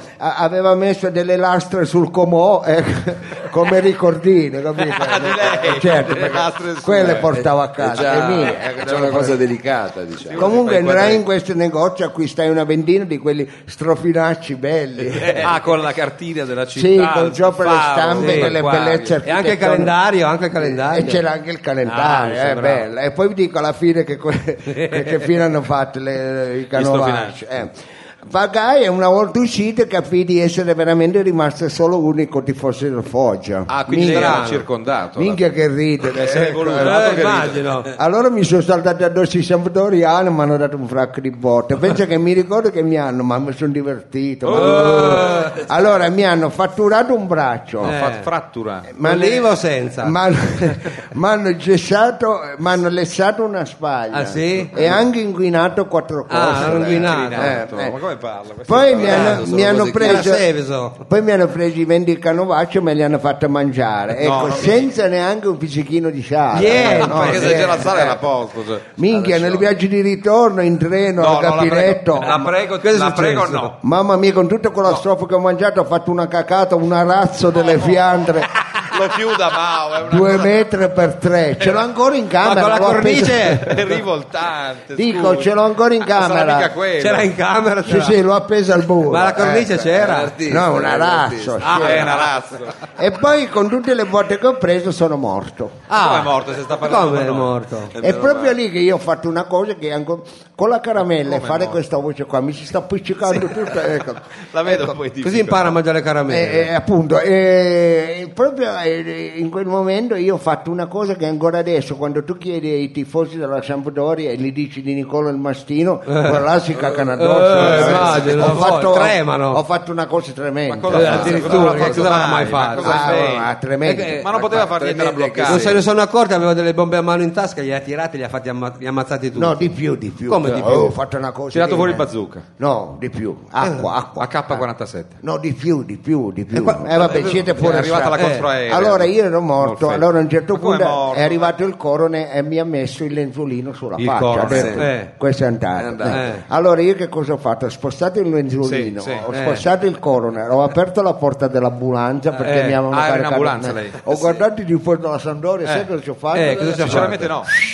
Speaker 1: aveva messo delle lastre sul comò come ricordine, capito? Certo, quelle portava a casa.
Speaker 3: Già,
Speaker 1: le mie,
Speaker 3: c'è una cosa delicata, diciamo.
Speaker 1: Comunque andrai in questo negozio, acquistai una vendina di quelli strofinacci belli.
Speaker 2: con la cartina della città.
Speaker 1: Sì, con sopra le
Speaker 2: faro,
Speaker 1: stampe
Speaker 2: sì,
Speaker 1: delle
Speaker 2: quadri.
Speaker 1: bellezze
Speaker 4: E anche il calendario,
Speaker 1: E c'era anche il calendario,
Speaker 4: Ah,
Speaker 1: è bello. E poi vi dico alla fine che fine hanno fatto i canovacci. Pagai e una volta uscito capì di essere veramente rimasto solo unico tifoso del Foggia.
Speaker 2: Quindi era circondato.
Speaker 1: Minchia che ridere.
Speaker 4: Immagino.
Speaker 1: Allora mi sono saltati addosso i sampdoriani e mi hanno dato un fracco di botte. Penso che mi ricordo che ma mi sono divertito. Allora mi hanno fatturato un braccio.
Speaker 2: Frattura.
Speaker 1: Ma
Speaker 4: L'IVA o senza?
Speaker 1: mi hanno gessato, mi hanno lessato una spaglia.
Speaker 4: Ah, sì?
Speaker 1: E anche inquinato 4 cose.
Speaker 4: hanno inquinato.
Speaker 2: Ma come parla?
Speaker 1: Poi mi hanno preso.
Speaker 4: Era Seveso.
Speaker 1: Poi mi hanno preso i 20 canovacci e me li hanno fatti mangiare, ecco, senza neanche un pizzichino di sale.
Speaker 2: Perché se c'è la sala era a posto. Cioè.
Speaker 1: Minchia, nel viaggio di ritorno in treno al gabinetto.
Speaker 2: La prego, no.
Speaker 1: Mamma mia, con tutta quella strofa che ho mangiato ho fatto una cacata, un arazzo delle fiandre.
Speaker 2: Lo chiuda Mao,
Speaker 1: 2 metri per 3, ce l'ho ancora in camera.
Speaker 4: Ma con la cornice?
Speaker 2: è rivoltante.
Speaker 1: Dico, ce l'ho ancora in camera.
Speaker 4: C'era in camera?
Speaker 1: Sì, l'ho appesa al muro.
Speaker 4: Ma la cornice c'era?
Speaker 1: No, un arazzo.
Speaker 2: È un arazzo.
Speaker 1: E poi con tutte le botte che ho preso sono morto.
Speaker 2: Come è morto? Se sta parlando
Speaker 4: Come è
Speaker 2: con noi.
Speaker 4: morto?
Speaker 1: È proprio lì che io ho fatto una cosa che ancora con la caramella e fare questa voce qua mi si sta appiccicando tutta. Ecco.
Speaker 2: La vedo poi di
Speaker 4: Così impara a mangiare le caramelle.
Speaker 1: Appunto, proprio in quel momento io ho fatto una cosa che ancora adesso, quando tu chiedi ai tifosi della Sampdoria e gli dici di Nicola il Mastino, quello là si cacano addosso.
Speaker 4: immagino, tremano.
Speaker 1: Ho fatto una cosa tremenda.
Speaker 4: Addirittura, che cosa aveva mai fatto?
Speaker 1: Tremenda.
Speaker 2: Ma non poteva fare niente da bloccare.
Speaker 4: Non se ne sono accorti, aveva delle bombe a mano in tasca, li ha tirati e li ha ammazzati tutti.
Speaker 1: No, di più.
Speaker 4: Come di più?
Speaker 1: Ho fatto una cosa.
Speaker 2: Tirato fuori il bazooka.
Speaker 1: No, di più. Acqua.
Speaker 2: AK-47.
Speaker 1: No, di più. Vabbè, siete fuori.
Speaker 2: È arrivata la controaerea.
Speaker 1: Allora io ero morto, allora a un certo
Speaker 2: Ma come
Speaker 1: punto
Speaker 2: è morto?
Speaker 1: è arrivato il corone e mi ha messo il lenzuolino sulla
Speaker 2: Il
Speaker 1: faccia.
Speaker 2: corone,
Speaker 1: Ha detto,
Speaker 4: sì.
Speaker 1: questo è andato. Allora io che cosa ho fatto? Ho spostato il lenzuolino,
Speaker 2: Sì, sì.
Speaker 1: ho spostato il corone, ho aperto la porta dell'ambulanza perché mi avevano
Speaker 2: era in
Speaker 1: caricato.
Speaker 2: ambulanza lei?
Speaker 1: Ho guardato di fuori dalla Sampdoria, sai cosa ci ho fatto?
Speaker 4: Cosa ci ha
Speaker 2: Sinceramente no.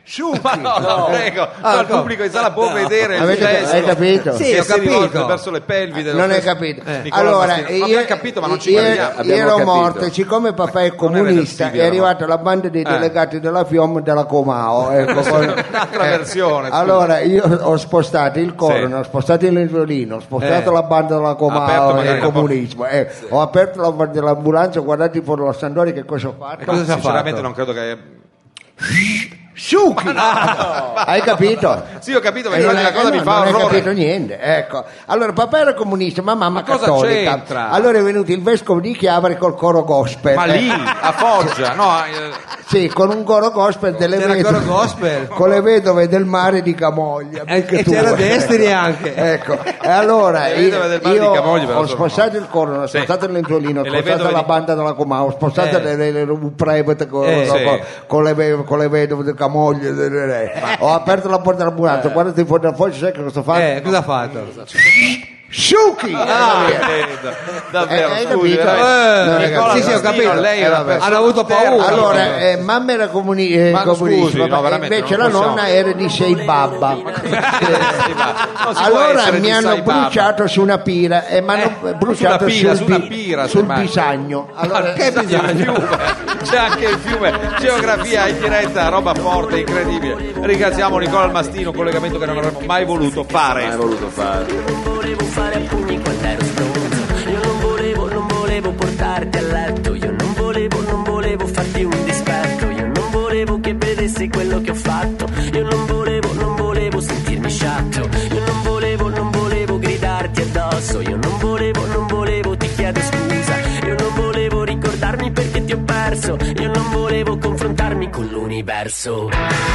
Speaker 2: Ma no, prego, il pubblico in sala può vedere il gesto.
Speaker 1: Hai capito?
Speaker 4: Sì, ho capito.
Speaker 2: Verso le pelvi dello
Speaker 1: Non hai
Speaker 2: stesso
Speaker 1: capito.
Speaker 2: Nicola
Speaker 1: Allora,
Speaker 2: Mastino. Abbiamo capito, ma non ci guardiamo.
Speaker 1: io ero
Speaker 3: capito.
Speaker 1: morto e siccome papà è comunista è arrivata la banda dei delegati della FIOM e della Comao. Ecco,
Speaker 2: Un'altra versione. Scusa.
Speaker 1: Allora io ho spostato il corno,
Speaker 2: Sì.
Speaker 1: ho spostato il violino, ho spostato la banda della
Speaker 2: Aperto
Speaker 1: Comao e
Speaker 2: magari
Speaker 1: il
Speaker 2: la
Speaker 1: comunismo. Ho aperto la banda dell'ambulanza, ho guardato fuori lo standore, che cosa ho fatto?
Speaker 4: cosa si è
Speaker 2: Sinceramente
Speaker 4: fatto?
Speaker 2: non credo che...
Speaker 1: Sciuchi! Hai capito?
Speaker 2: Sì, ho capito, ma la cosa mi fa
Speaker 1: non hai
Speaker 2: orrore.
Speaker 1: capito niente, ecco. Allora papà era comunista, ma mamma
Speaker 2: cosa
Speaker 1: cattolica.
Speaker 2: c'entra?
Speaker 1: Allora è venuto il vescovo di Chiavari col coro gospel.
Speaker 2: Ma lì, a Foggia, no?
Speaker 1: Sì, con un coro gospel delle
Speaker 4: C'era
Speaker 1: vedove,
Speaker 4: coro gospel?
Speaker 1: con le vedove del mare di Camoglia.
Speaker 4: E
Speaker 1: che
Speaker 4: c'era
Speaker 1: tue.
Speaker 4: Destiny anche.
Speaker 1: Ecco, e allora
Speaker 2: Le vedove del mare di Camoglia, però
Speaker 1: ho spostato il corno, ho
Speaker 2: Sì.
Speaker 1: spostato il lenzuolino, ho
Speaker 2: E le
Speaker 1: spostato
Speaker 2: vedove
Speaker 1: la
Speaker 2: di-
Speaker 1: banda della Comao, ho spostato un prevete
Speaker 2: Sì.
Speaker 1: con le vedove del Camoglia. Ho aperto la porta dell'ambulanza, guardate fuori dal fuoco, sai che cosa ho fatto?
Speaker 4: Cosa ha fatto?
Speaker 1: Sciuchi!
Speaker 2: Davvero,
Speaker 1: Hai
Speaker 2: scusi,
Speaker 1: capito?
Speaker 2: veramente. Nicola
Speaker 4: sì, sì, ho
Speaker 2: Mastino,
Speaker 4: capito.
Speaker 2: lei è una persona
Speaker 4: Hanno avuto paura.
Speaker 1: Allora, mamma era
Speaker 2: Ma
Speaker 1: comunista,
Speaker 2: scusi, no, veramente,
Speaker 1: invece
Speaker 2: non
Speaker 1: la
Speaker 2: possiamo.
Speaker 1: nonna era di Sei Babba.
Speaker 2: Non si può
Speaker 1: Allora
Speaker 2: essere
Speaker 1: mi
Speaker 2: di
Speaker 1: hanno
Speaker 2: Sai Baba.
Speaker 1: bruciato su una pira e mi hanno bruciato
Speaker 2: su una pira,
Speaker 1: sul
Speaker 2: semmai.
Speaker 1: bisagno. Allora,
Speaker 2: Che bisogno? C'è anche il fiume, geografia in diretta, roba forte, incredibile. Ringraziamo Nicola Mastino, un collegamento che non avremmo mai voluto fare.
Speaker 3: Mai voluto fare.
Speaker 7: Non volevo fare a pugni quando ero stronzo. Io non volevo portarti a letto. Io non volevo farti un dispetto. Io non volevo che vedessi quello che ho fatto. Io non volevo sentirmi sciatto. Io non volevo gridarti addosso. Io non volevo, ti chiedo scusa. Io non volevo ricordarmi perché ti ho perso. Io non volevo confrontarmi con l'universo.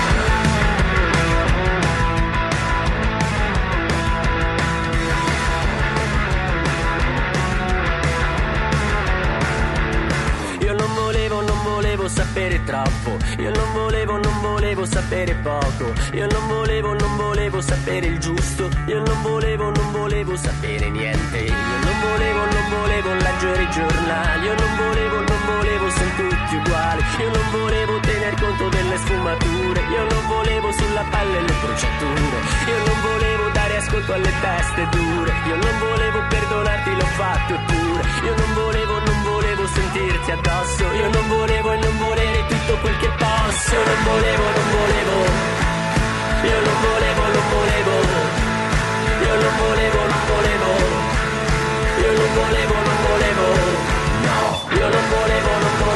Speaker 7: Io non volevo sapere troppo. Io non volevo sapere poco. Io non volevo sapere il giusto. Io non volevo sapere niente. Io non volevo leggere i giornali. Io non volevo sono tutti uguali. Io non volevo tener conto delle sfumature. Io non volevo sulla pelle le bruciature. Io non volevo dare ascolto alle teste dure. Io non volevo perdonarti, l'ho fatto eppure. Io non volevo sentirti addosso. Io non volevo e non volere tutto quel che posso. Non volevo. Io non volevo. Io non volevo. Io non volevo. No, io non volevo.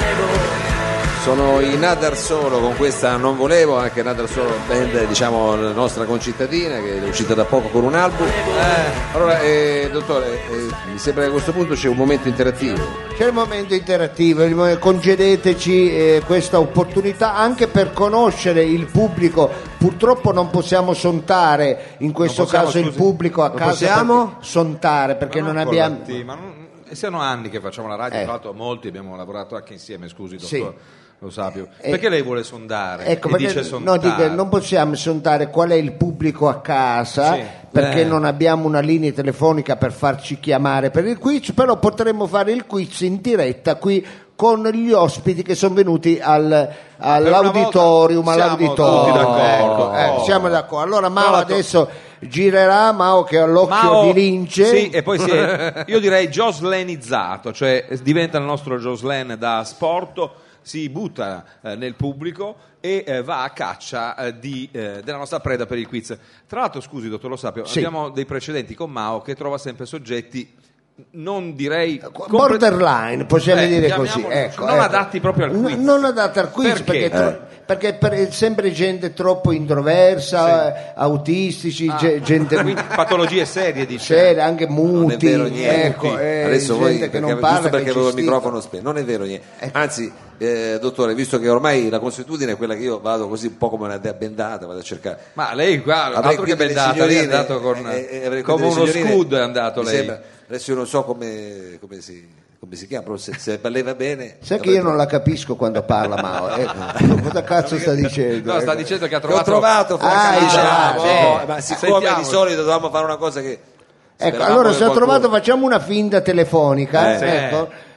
Speaker 3: Sono i Nadar Solo con questa Non Volevo, anche Nadar Solo band, diciamo, la nostra concittadina che è uscita da poco con un album. Allora, dottore, mi sembra che a questo punto c'è un momento interattivo.
Speaker 1: c'è il momento interattivo, concedeteci questa opportunità anche per conoscere il pubblico. Purtroppo non possiamo sontare in questo caso il pubblico a casa.
Speaker 4: Possiamo?
Speaker 1: Sontare perché non abbiamo.
Speaker 2: Sono anni che facciamo la radio, tra l'altro molti abbiamo lavorato anche insieme, scusi dottor.
Speaker 1: Sì.
Speaker 2: Lo Sapio. Perché lei vuole sondare?
Speaker 1: Ecco,
Speaker 2: e
Speaker 1: perché
Speaker 2: dice sondare?
Speaker 1: dico, non possiamo sondare qual è il pubblico a casa,
Speaker 2: Sì.
Speaker 1: perché non abbiamo una linea telefonica per farci chiamare per il quiz, però potremmo fare il quiz in diretta qui con gli ospiti che sono venuti all'auditorium.
Speaker 2: Siamo tutti d'accordo.
Speaker 1: Siamo d'accordo. Allora Mao
Speaker 2: Tra l'altro-
Speaker 1: adesso girerà, Mao che ha l'occhio
Speaker 2: Mao-
Speaker 1: di lince.
Speaker 2: Sì, e poi io direi joslenizzato, cioè diventa il nostro Joslen da sporto, si butta nel pubblico e va a caccia della nostra preda per il quiz. Tra l'altro, scusi dottor Lo Sapio,
Speaker 1: Sì.
Speaker 2: abbiamo dei precedenti con Mao che trova sempre soggetti, non direi
Speaker 1: borderline, possiamo dire così,
Speaker 2: chiamiamoli, non adatti proprio al quiz.
Speaker 1: Non adatti al quiz perché è sempre gente troppo introversa, autistici, gente
Speaker 2: Quindi patologie serie, dice.
Speaker 1: serie, anche muti,
Speaker 3: Non è vero niente.
Speaker 1: ecco,
Speaker 3: Adesso
Speaker 1: gente
Speaker 3: voi,
Speaker 1: che non
Speaker 3: giusto
Speaker 1: parla,
Speaker 3: perché
Speaker 1: che
Speaker 3: avevo il
Speaker 1: gestisce.
Speaker 3: microfono spento, non è vero niente. Anzi, dottore, visto che ormai la consuetudine è quella che io vado così un po' come una bendata, vado a cercare.
Speaker 2: Ma lei qua,
Speaker 3: Avrei
Speaker 2: altro
Speaker 3: qui
Speaker 2: che
Speaker 3: delle
Speaker 2: bendata, lei è
Speaker 3: signorine,
Speaker 2: andato con
Speaker 3: avrei qui
Speaker 2: come
Speaker 3: delle
Speaker 2: uno
Speaker 3: signorine,
Speaker 2: scudo è andato
Speaker 3: mi
Speaker 2: lei.
Speaker 3: sembra. Adesso io non so come si chiama, però se balleva bene.
Speaker 1: Sai che io non la capisco quando parla Mao, cosa cazzo sta dicendo?
Speaker 2: No, sta dicendo che ha
Speaker 3: Che ho
Speaker 2: trovato
Speaker 3: trovato, diciamo,
Speaker 1: sì.
Speaker 3: ma siccome
Speaker 2: Sentiamo.
Speaker 3: di solito dovevamo fare una cosa che
Speaker 1: Ecco,
Speaker 3: speravamo
Speaker 1: allora
Speaker 3: che
Speaker 1: se ho
Speaker 3: qualcuno-
Speaker 1: trovato, facciamo una finta telefonica,
Speaker 3: Sì.
Speaker 1: ecco.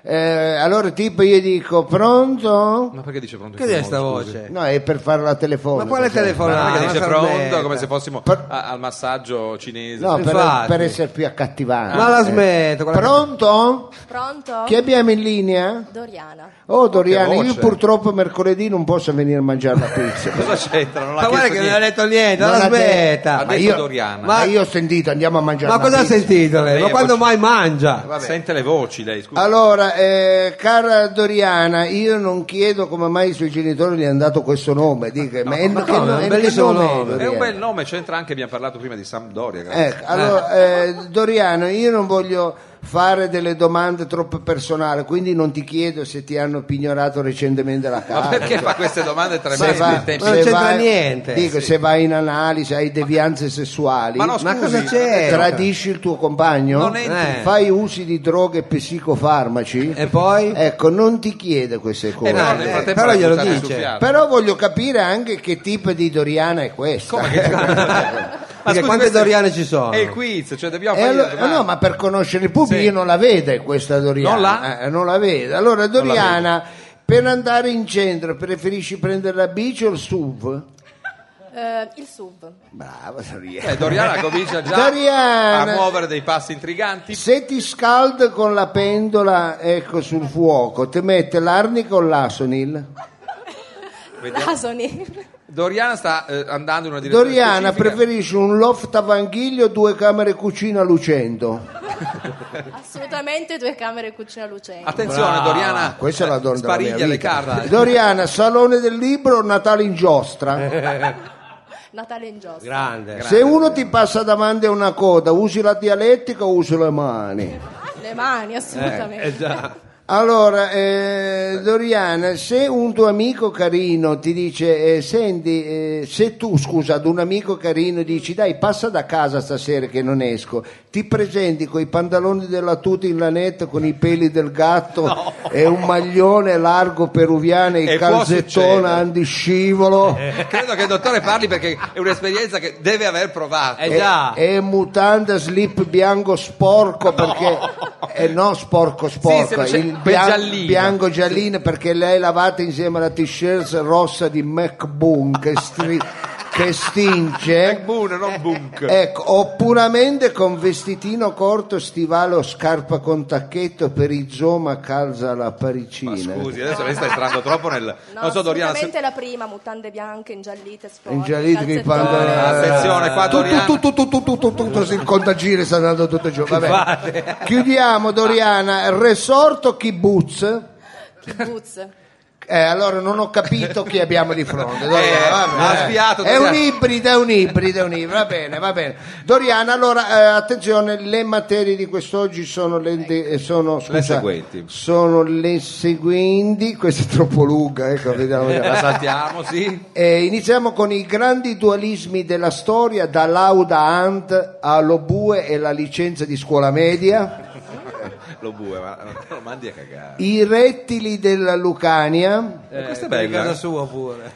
Speaker 1: allora tipo io dico pronto?
Speaker 2: Ma perché dice pronto?
Speaker 4: Che è sta voce?
Speaker 1: No, è per fare la telefonata.
Speaker 4: Ma quale telefonata?
Speaker 2: Perché dice
Speaker 4: Ma
Speaker 2: pronto
Speaker 4: smetta.
Speaker 2: come se fossimo al massaggio cinese.
Speaker 1: No,
Speaker 4: Infatti.
Speaker 1: per essere più accattivante.
Speaker 4: Ma la smetto.
Speaker 1: Pronto?
Speaker 8: Pronto?
Speaker 1: Chi abbiamo in linea?
Speaker 8: Doriana.
Speaker 1: Oh Doriana,
Speaker 2: Che
Speaker 1: io
Speaker 2: voce.
Speaker 1: purtroppo mercoledì non posso venire a mangiare la pizza.
Speaker 2: Cosa c'entra? Non l'ha
Speaker 4: Ma guarda
Speaker 2: chiesto
Speaker 4: che non ha
Speaker 2: niente.
Speaker 4: detto niente,
Speaker 1: Non
Speaker 4: la
Speaker 1: ha detto-
Speaker 4: smetta.
Speaker 2: Ha detto Doriana.
Speaker 1: Ma io ho sentito, andiamo a mangiare
Speaker 4: Ma
Speaker 1: la
Speaker 4: cosa ha
Speaker 1: pizza.
Speaker 4: sentito lei? Ma
Speaker 2: Lei
Speaker 4: quando
Speaker 2: voce-
Speaker 4: mai mangia?
Speaker 2: Sente le voci lei, scusa.
Speaker 1: Allora, cara Doriana, io non chiedo come mai i suoi genitori gli hanno dato questo nome. Dica, ma è
Speaker 4: no,
Speaker 1: che
Speaker 4: è un
Speaker 1: che
Speaker 4: bellissimo
Speaker 1: nome
Speaker 4: nome.
Speaker 2: È
Speaker 1: Doriana?
Speaker 2: un bel nome, c'entra anche, abbiamo parlato prima di Sampdoria. grazie.
Speaker 1: Ecco, allora, Doriano, io non voglio fare delle domande troppo personali, quindi non ti chiedo se ti hanno pignorato recentemente la casa.
Speaker 2: Ma perché fa queste domande
Speaker 1: Se
Speaker 2: tremende
Speaker 1: vai-
Speaker 2: in tempi?
Speaker 4: non c'entra
Speaker 1: vai-
Speaker 4: niente.
Speaker 1: Dico, se vai in analisi, hai devianze sessuali,
Speaker 2: Ma no,
Speaker 4: Ma
Speaker 2: scusi,
Speaker 4: cosa c'è?
Speaker 1: tradisci il tuo compagno,
Speaker 2: Non entri.
Speaker 1: fai usi di droghe e psicofarmaci,
Speaker 4: E poi?
Speaker 1: ecco, non ti chiede queste cose.
Speaker 2: No, nel frattempo
Speaker 4: però
Speaker 2: l'ha
Speaker 4: glielo
Speaker 2: buttata
Speaker 4: dice.
Speaker 2: sul fiato.
Speaker 1: Però voglio capire anche che tipo di Doriana è questa.
Speaker 2: Ma
Speaker 4: Perché
Speaker 2: scusi,
Speaker 4: quante
Speaker 2: questo
Speaker 4: Doriane ci sono?
Speaker 2: È il quiz, cioè dobbiamo
Speaker 1: E
Speaker 2: fare
Speaker 1: allora- no, ma per conoscere il pubblico
Speaker 2: Sì.
Speaker 1: io non la vede questa Doriana.
Speaker 2: Non la?
Speaker 1: Non la vede. Allora Doriana, per andare in centro preferisci prendere la bici o il SUV?
Speaker 8: Il SUV.
Speaker 1: Brava Doriana.
Speaker 2: Doriana comincia già
Speaker 1: Doriana.
Speaker 2: a muovere dei passi intriganti.
Speaker 1: Se ti scalda con la pendola, ecco, sul fuoco, ti mette l'arnica o l'asonil?
Speaker 2: Vediamo.
Speaker 8: L'Asoni.
Speaker 2: Doriana sta andando in una direzione
Speaker 1: Doriana,
Speaker 2: specifica.
Speaker 1: preferisci un loft a vaniglia o 2 camere cucina lucendo?
Speaker 8: Assolutamente 2 camere cucina lucente.
Speaker 2: Attenzione, Doriana,
Speaker 1: Questa è la donna della mia
Speaker 2: spariglia le
Speaker 1: vita.
Speaker 2: carte.
Speaker 1: Doriana, salone del libro o Natale in giostra?
Speaker 8: Natale in giostra.
Speaker 4: Grande.
Speaker 1: Se uno ti passa davanti a una coda, usi la dialettica o usi le mani?
Speaker 8: Le mani, assolutamente.
Speaker 4: Già.
Speaker 1: Allora, Doriana, se un tuo amico carino ti dice, senti, se tu, scusa, ad un amico carino dici, dai, passa da casa stasera che non esco, ti presenti con i pantaloni della tuta in lanetta, con i peli del gatto e un maglione largo peruviano e
Speaker 2: E
Speaker 1: il
Speaker 2: può
Speaker 1: calzettone
Speaker 2: succedere.
Speaker 1: antiscivolo
Speaker 2: Credo che il dottore parli perché è un'esperienza che deve aver provato.
Speaker 4: Già.
Speaker 1: e mutanda slip bianco sporco perché no sporco
Speaker 2: Sì, se non c'è-
Speaker 1: il
Speaker 2: quel giallino.
Speaker 1: bianco giallino perché lei lavata insieme alla t-shirt rossa di McBoon che stinge
Speaker 2: Boone, non Bunk.
Speaker 1: ecco, o puramente con vestitino corto, stivale o scarpa con tacchetto per izoma calza la
Speaker 2: Ma
Speaker 1: paricina.
Speaker 2: scusi, adesso lei sta entrando troppo nel...
Speaker 8: No,
Speaker 2: non so, Doriana,
Speaker 8: assolutamente la prima, mutande bianche, ingiallite, sporche,
Speaker 1: Ingiallite che i
Speaker 8: calzettoni.
Speaker 1: pantaloni.
Speaker 2: attenzione, qua Doriana...
Speaker 1: Tutto il contagire sta andando tutto giù. Vabbè. Chiudiamo Doriana, resort o kibbutz?
Speaker 8: Kibbutz.
Speaker 1: Allora non ho capito chi abbiamo di fronte. Doriana, vabbè.
Speaker 2: ha sfiato,
Speaker 1: È
Speaker 2: Doriana.
Speaker 1: un ibrido, va bene. Doriana, allora attenzione, le materie di quest'oggi sono
Speaker 2: Le seguenti.
Speaker 1: Sono le seguenti, questa è troppo lunga, ecco, vediamo.
Speaker 2: La saltiamo, sì.
Speaker 1: Iniziamo con i grandi dualismi della storia, da Lauda Hunt allo Bue e la licenza di scuola media,
Speaker 2: Lo bue, ma lo mandi a cagare.
Speaker 1: i rettili della Lucania,
Speaker 2: Questa è
Speaker 4: Per
Speaker 2: bella.
Speaker 4: casa sua pure.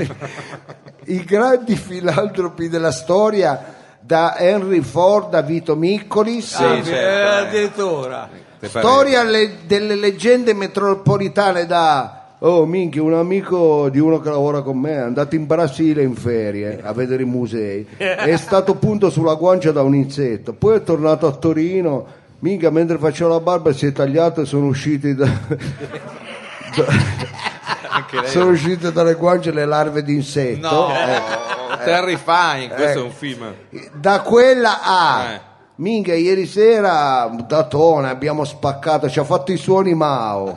Speaker 1: i grandi filantropi della storia, da Henry Ford a Vito Miccolis,
Speaker 2: Sì, certo.
Speaker 4: Addirittura.
Speaker 2: Te pare-
Speaker 1: storia delle leggende metropolitane, da oh minchia, un amico di uno che lavora con me è andato in Brasile in ferie a vedere i musei, è stato punto sulla guancia da un insetto, poi è tornato a Torino, minchia, mentre faceva la barba si è tagliato e sono usciti
Speaker 2: Anche lei.
Speaker 1: sono uscite dalle guance le larve di insetto.
Speaker 2: No, Terrifying, questo è un film.
Speaker 1: Da quella a
Speaker 2: Eh.
Speaker 1: minchia, ieri sera da Tona abbiamo spaccato, ci ha fatto i suoni Mao.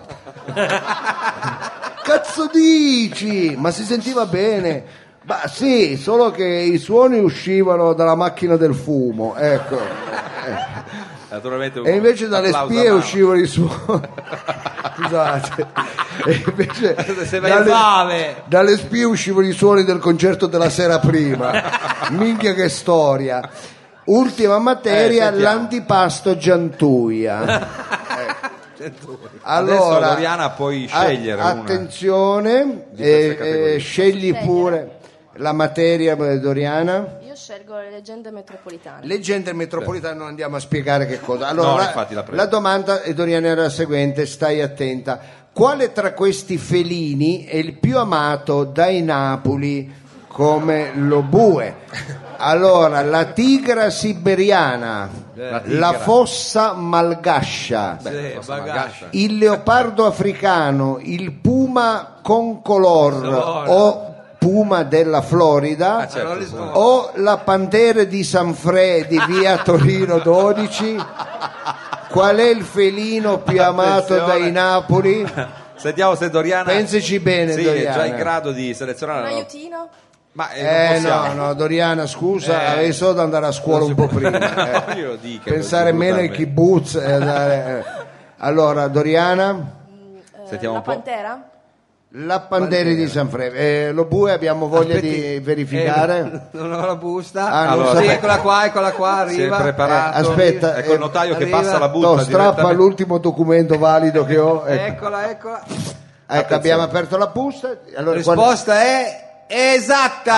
Speaker 1: Cazzo dici? Ma si sentiva bene. Ma sì, solo che i suoni uscivano dalla macchina del fumo, ecco.
Speaker 2: Naturalmente un
Speaker 1: E invece dalle
Speaker 2: applauso
Speaker 1: spie
Speaker 2: a mano.
Speaker 1: uscivano i suoni. Scusate. E invece
Speaker 4: Se vai in fame.
Speaker 1: dalle spie uscivano i suoni del concerto della sera prima. Minchia che storia. Ultima materia,
Speaker 2: sentiamo.
Speaker 1: l'antipasto Giantuia. Allora,
Speaker 2: Adesso Doriana puoi scegliere una.
Speaker 1: attenzione,
Speaker 2: di queste categorie.
Speaker 1: scegli pure la materia, Doriana.
Speaker 8: Io scelgo le leggende metropolitane.
Speaker 1: Leggende metropolitane, non andiamo a spiegare che cosa. Allora,
Speaker 2: No, infatti, la
Speaker 1: domanda, Doriana, era la seguente, stai attenta. Quale tra questi felini è il più amato dai Napoli come lo bue? Allora, la tigra siberiana, la fossa malgascia, il leopardo africano, il puma concolor o puma della Florida, o la pantera di Sanfrè di via Torino 12. Qual è il felino più amato dai Napoli?
Speaker 2: Sentiamo se Doriana,
Speaker 1: pensaci bene,
Speaker 2: sì,
Speaker 1: Doriana.
Speaker 2: è già in grado di selezionare.
Speaker 8: Un aiutino?
Speaker 2: Ma
Speaker 1: no, Doriana, scusa, avevi solo da andare a scuola un po' prima.
Speaker 2: Io dico,
Speaker 1: pensare meno ai kibbutz e andare. Allora, Doriana,
Speaker 2: sentiamo
Speaker 8: la
Speaker 2: un po'.
Speaker 8: pantera?
Speaker 1: La Pantera di Sanfrè. Lo bue abbiamo voglia di verificare?
Speaker 4: Non ho la busta.
Speaker 1: Allora,
Speaker 4: sì, eccola qua, arriva.
Speaker 2: Si è preparato.
Speaker 1: Aspetta,
Speaker 2: ecco il notaio che
Speaker 4: arriva.
Speaker 2: passa la busta.
Speaker 1: No, strappa l'ultimo documento valido che ho.
Speaker 4: Eccola.
Speaker 1: Ecco, abbiamo aperto la busta. Allora,
Speaker 4: La risposta è esatta.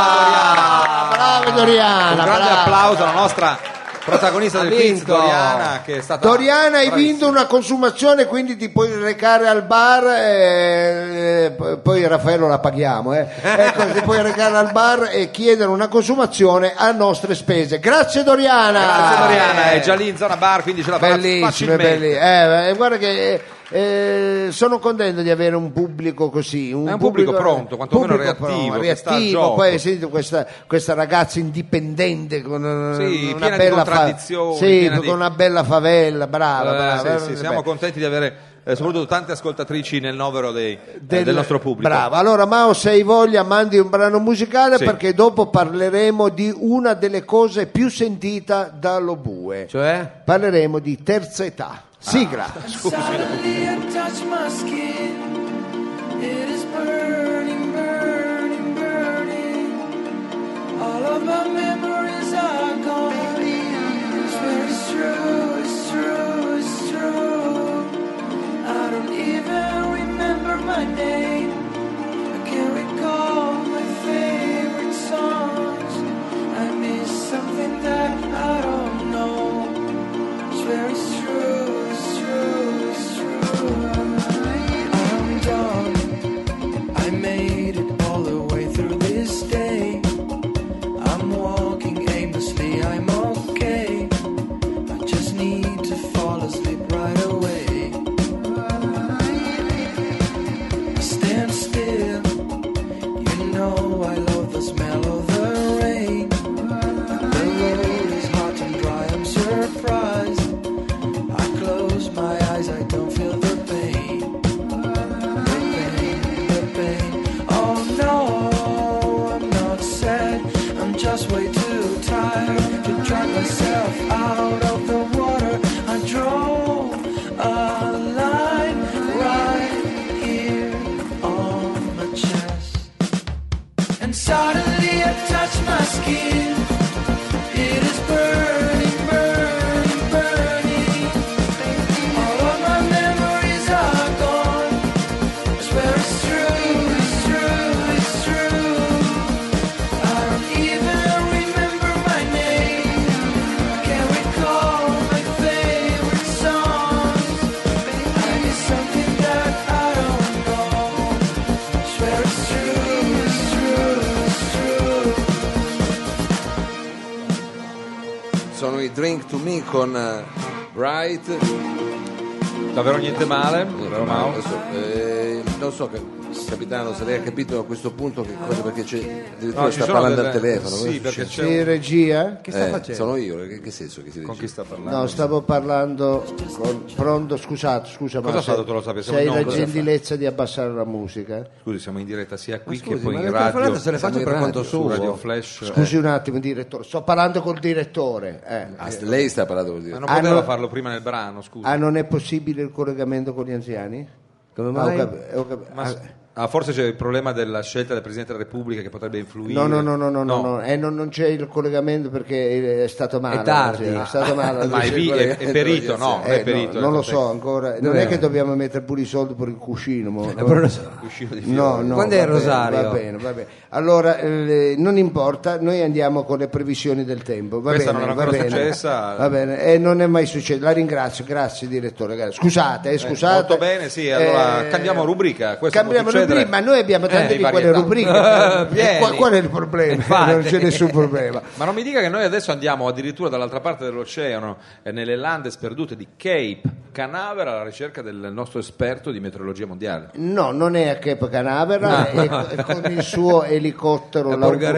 Speaker 1: Brava Doriana.
Speaker 2: Un grande
Speaker 1: brava.
Speaker 2: applauso alla nostra protagonista del quiz, Doriana, che è stata
Speaker 1: Doriana, hai vinto una consumazione, quindi ti puoi recare al bar poi Raffaello la paghiamo, ecco, ti puoi recare al bar e chiedere una consumazione a nostre spese. Grazie Doriana.
Speaker 2: Grazie Doriana, è già lì in zona bar, quindi ce la farà
Speaker 1: Bellissime,
Speaker 2: facilmente.
Speaker 1: guarda che sono contento di avere un pubblico così,
Speaker 2: È un pubblico pronto, quantomeno reattivo, che sta al gioco.
Speaker 1: Poi senti questa ragazza indipendente con una
Speaker 2: piena
Speaker 1: bella
Speaker 2: di contraddizioni,
Speaker 1: sì,
Speaker 2: piena
Speaker 1: con
Speaker 2: di-
Speaker 1: una bella favela, brava.
Speaker 2: Sì, siamo contenti di avere soprattutto tante ascoltatrici nel novero del nostro pubblico.
Speaker 1: Bravo, allora Mao, se hai voglia mandi un brano musicale,
Speaker 2: Sì.
Speaker 1: perché dopo parleremo di una delle cose più sentita dallo bue,
Speaker 4: Cioè?
Speaker 1: parleremo di terza età. Sigla.
Speaker 6: Suddenly I touch my skin. It is burning, burning, burning. All of my memories are gone. Swear it's true, it's true, it's true. I don't even remember my name. I can't recall my favorite songs. I miss something that I don't know. Swear it's true. I'm done. I made it all the way through this day. I'm walking aimlessly, I'm okay. I just need to fall asleep right away. I stand still. You know I love the smell of the rain. The road is hot and dry, I'm surprised. I close my eyes, I don't feel the pain. The pain. Oh no, I'm not sad. I'm just way too tired to drag myself out of the water. I drove a line right here on my chest. And suddenly I touch my skin. It is burning, burning, burning. All of my memories are gone. I swear it's true, it's true, it's true. I don't even remember my name. Can't recall my favorite songs. I miss something that I don't know. I swear it's true, it's true, it's true.
Speaker 3: Sono i Drink to Me con Bright.
Speaker 2: Davvero niente male, vero, Mao?
Speaker 3: Non so, capitano, se lei ha capito a questo punto che cosa, perché addirittura
Speaker 2: No, ci
Speaker 3: sta
Speaker 2: sono
Speaker 3: parlando
Speaker 2: delle-
Speaker 3: al telefono.
Speaker 2: sì,
Speaker 3: cosa
Speaker 2: perché
Speaker 3: succede?
Speaker 1: Sì, regia?
Speaker 4: Che sta facendo?
Speaker 3: Sono io, che senso che si dice?
Speaker 2: Con chi sta parlando?
Speaker 1: No, stavo parlando pronto, scusa,
Speaker 2: Cosa
Speaker 1: ma
Speaker 2: fa,
Speaker 1: se,
Speaker 2: dottor Lo Sapio?
Speaker 1: se
Speaker 2: Siamo
Speaker 1: hai
Speaker 2: in
Speaker 1: la
Speaker 2: onda.
Speaker 1: gentilezza di abbassare la musica.
Speaker 2: Scusi, siamo in diretta sia qui
Speaker 4: Scusi,
Speaker 2: che poi
Speaker 4: ma
Speaker 2: in
Speaker 4: le telefonate
Speaker 2: radio.
Speaker 4: se le faccio
Speaker 3: Siamo
Speaker 4: per
Speaker 3: in
Speaker 4: conto
Speaker 3: radio,
Speaker 2: Su Radio
Speaker 4: suo.
Speaker 2: Flash.
Speaker 1: Scusi un attimo, direttore, sto parlando col direttore.
Speaker 3: Lei sta parlando così.
Speaker 2: Ma non poteva
Speaker 1: no.
Speaker 2: farlo prima nel brano, scusi.
Speaker 1: Non è possibile il collegamento con gli anziani?
Speaker 4: Come
Speaker 1: Ho
Speaker 4: mai?
Speaker 1: capito.
Speaker 2: forse c'è il problema della scelta del Presidente della Repubblica che potrebbe influire.
Speaker 1: No. Non c'è il collegamento perché è stato male.
Speaker 4: È tardi.
Speaker 1: È stato male.
Speaker 2: Ma è perito, no? È perito.
Speaker 1: Non lo so ancora. Non è che dobbiamo mettere pure i soldi per il cuscino.
Speaker 2: Cuscino di fiori.
Speaker 1: No.
Speaker 4: Quando è il rosario?
Speaker 1: Va bene. Allora, non importa, noi andiamo con le previsioni del tempo.
Speaker 2: Questa non era ancora successa.
Speaker 1: Va bene, e non è mai successo. La ringrazio, grazie direttore. Scusate.
Speaker 2: Molto bene, sì. Allora cambiamo rubrica.
Speaker 1: Cambiamo rubrica, ma noi abbiamo tante di quelle rubriche. Qual è il problema? Non c'è nessun problema.
Speaker 2: Ma non mi dica che noi adesso andiamo addirittura dall'altra parte dell'oceano, nelle lande sperdute di Cape Canaveral, alla ricerca del nostro esperto di meteorologia mondiale.
Speaker 1: No, non è a Cape Canaveral, è con il suo elicottero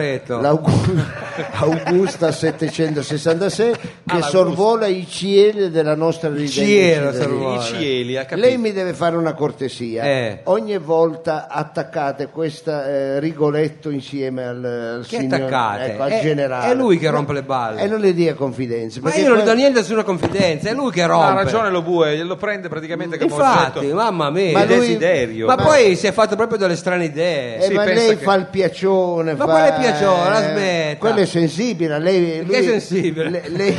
Speaker 1: l'Augusta 766 che sorvola i cieli della nostra residenza.
Speaker 2: I cieli, ha capito?
Speaker 1: Lei mi deve fare una cortesia. Ogni volta attaccate questa Rigoletto insieme al signore, ecco, al generale.
Speaker 4: È lui che rompe le balle.
Speaker 1: E non le dia confidenze.
Speaker 4: Ma io non gli do niente nessuna confidenza, è lui che rompe.
Speaker 2: Ha ragione lo bue, lo prende praticamente come
Speaker 4: infatti,
Speaker 2: oggetto.
Speaker 4: mamma mia.
Speaker 2: Ma desiderio.
Speaker 4: Ma poi si è fatto proprio delle strane idee.
Speaker 1: Ma lei fa il piacione.
Speaker 4: Ma quale piacione? La smetta.
Speaker 1: Quello è sensibile. Lei
Speaker 4: che è sensibile?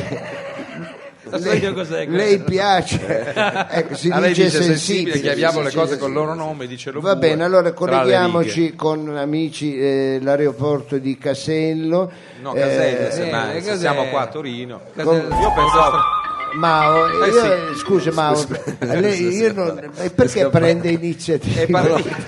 Speaker 1: Lei piace, ecco, si
Speaker 2: lei dice
Speaker 1: sensibile,
Speaker 2: chiamiamo le cose con il loro nome, dice lo
Speaker 1: va bene. Allora colleghiamoci con amici l'aeroporto di Casello.
Speaker 2: No, Casello, semmai, siamo qua a Torino.
Speaker 1: Io pensavo scusa Mao, perché prende iniziativa?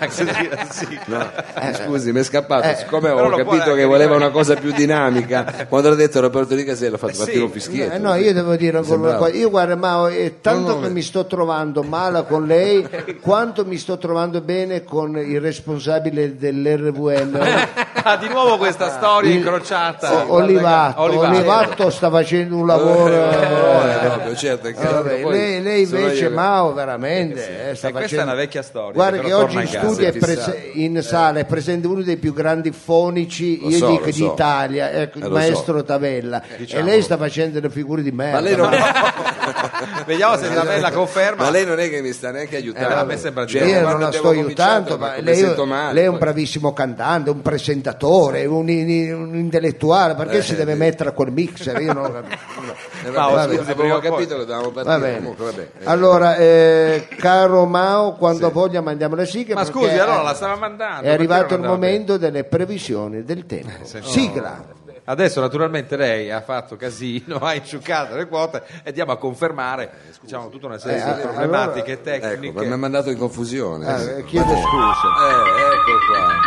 Speaker 3: Scusi, mi è scappato, siccome ho capito che voleva una cosa più dinamica, quando l'ho detto aeroporto di Casello ho fatto partire un fischietto.
Speaker 1: No, io devo dire ancora una cosa. Io guarda Mao, tanto che mi sto trovando male con lei, quanto mi sto trovando bene con il responsabile dell'RVM.
Speaker 2: Di nuovo questa storia incrociata.
Speaker 1: Olivato sta facendo un lavoro.
Speaker 3: Certo,
Speaker 1: lei invece Mao veramente
Speaker 2: questa è una vecchia storia.
Speaker 1: Guarda che oggi in studio in sala è presente uno dei più grandi fonici d'Italia, il maestro Tavella, e lei sta facendo le figure di merda.
Speaker 3: Ma lei non
Speaker 2: vediamo se Tavella conferma.
Speaker 3: Ma lei non è che mi sta neanche aiutando.
Speaker 2: A me sembra
Speaker 1: io non la sto aiutando, ma lei è un bravissimo cantante, un presentatore, un intellettuale, perché si deve mettere a quel mixer? Io non ho capito.
Speaker 3: Avevo capito che dovevamo partire. Comunque, vabbè.
Speaker 1: Allora, caro Mao, quando voglia mandiamo la sigla.
Speaker 2: Ma scusi, allora la stava mandando.
Speaker 1: È arrivato il momento delle previsioni del tempo. Sigla.
Speaker 2: Adesso naturalmente lei ha fatto casino, ha insciuccato le quote e andiamo a confermare tutta una serie di problematiche tecniche.
Speaker 3: Ecco, mi ha mandato in confusione.
Speaker 1: Chiedo scusa.
Speaker 3: Ecco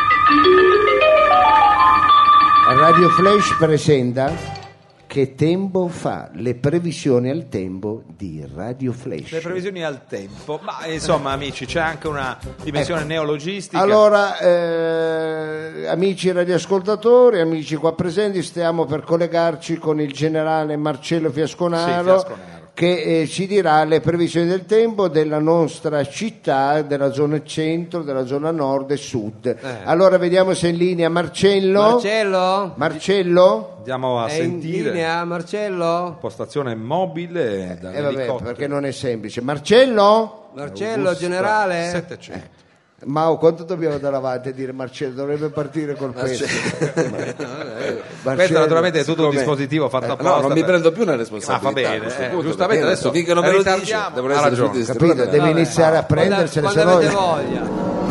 Speaker 3: qua.
Speaker 1: Radio Flash presenta Che tempo fa? Le previsioni al tempo di Radio Flash.
Speaker 2: Le previsioni al tempo, ma insomma amici, c'è anche una dimensione neologistica.
Speaker 1: Allora, amici radioascoltatori, amici qua presenti, stiamo per collegarci con il generale Marcello Fiasconaro. Che ci dirà le previsioni del tempo della nostra città, della zona centro, della zona nord e sud. Allora vediamo se è in linea Marcello.
Speaker 2: Andiamo a sentire.
Speaker 4: In linea Marcello?
Speaker 2: Postazione mobile dall'elicottero.
Speaker 1: Perché non è semplice. Marcello,
Speaker 4: generale?
Speaker 2: 700.
Speaker 1: Mao, quanto dobbiamo andare avanti a dire Marcello? Dovrebbe partire col pezzo.
Speaker 2: Questo naturalmente è tutto un dispositivo fatto apposta.
Speaker 3: No, non mi prendo più una responsabilità.
Speaker 2: Va bene, giustamente adesso
Speaker 3: finché non me lo dice, devono essere tutti
Speaker 1: capito? Deve iniziare a prendersene, se no
Speaker 4: voglia.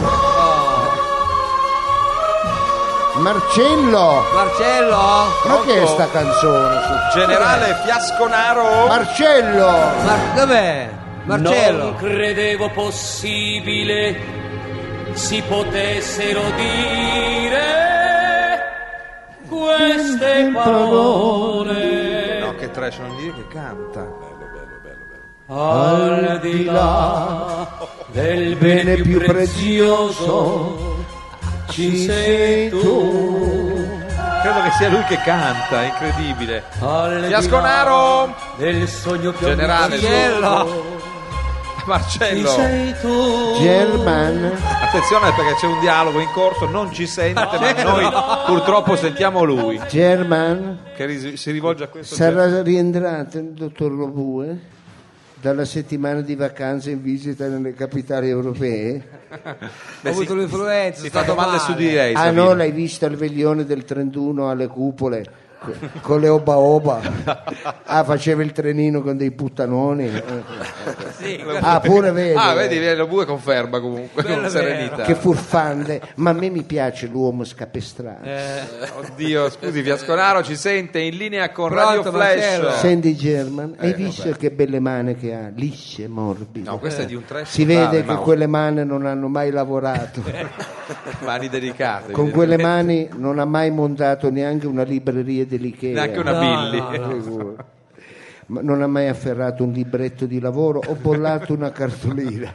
Speaker 1: Marcello, ma che è sta canzone?
Speaker 2: Generale Fiasconaro.
Speaker 1: Marcello,
Speaker 4: dov'è? Marcello,
Speaker 7: non credevo possibile si potessero dire queste parole.
Speaker 2: No, che trash, non dire che canta.
Speaker 3: Bello.
Speaker 7: Al di là del bene più prezioso ci sei tu.
Speaker 2: Credo che sia lui che canta, è incredibile.
Speaker 7: Fiasconaro del sogno più
Speaker 2: generale Marcello.
Speaker 7: Sei tu.
Speaker 1: German.
Speaker 2: Attenzione perché c'è un dialogo in corso, non ci sente, ma noi purtroppo sentiamo lui.
Speaker 1: German.
Speaker 2: Che si rivolge a questo.
Speaker 1: Sarà rientrato il dottor Lobue? dalla settimana di vacanze in visita nelle capitali europee.
Speaker 4: Ho avuto l'influenza,
Speaker 2: si fa domande su di lei.
Speaker 1: Ah no, l'hai visto il veglione del 31 alle cupole con le oba faceva il trenino con dei puttanoni. Pure
Speaker 2: vedi lo Bue conferma comunque con serenità.
Speaker 1: Che furfande, ma a me mi piace l'uomo scapestrato.
Speaker 2: Oddio, scusi Fiasconaro, ci sente in linea con Radio Flash.
Speaker 1: Sandy German, hai visto che belle mani che ha, lisce, morbide.
Speaker 2: No, questo è di un trash
Speaker 1: si vede che quelle mani non hanno mai lavorato.
Speaker 2: Mani delicate.
Speaker 1: Con quelle mani non ha mai montato neanche una libreria dell'Ikea.
Speaker 2: Neanche una Billy.
Speaker 1: No. Ma non ha mai afferrato un libretto di lavoro o bollato una cartolina.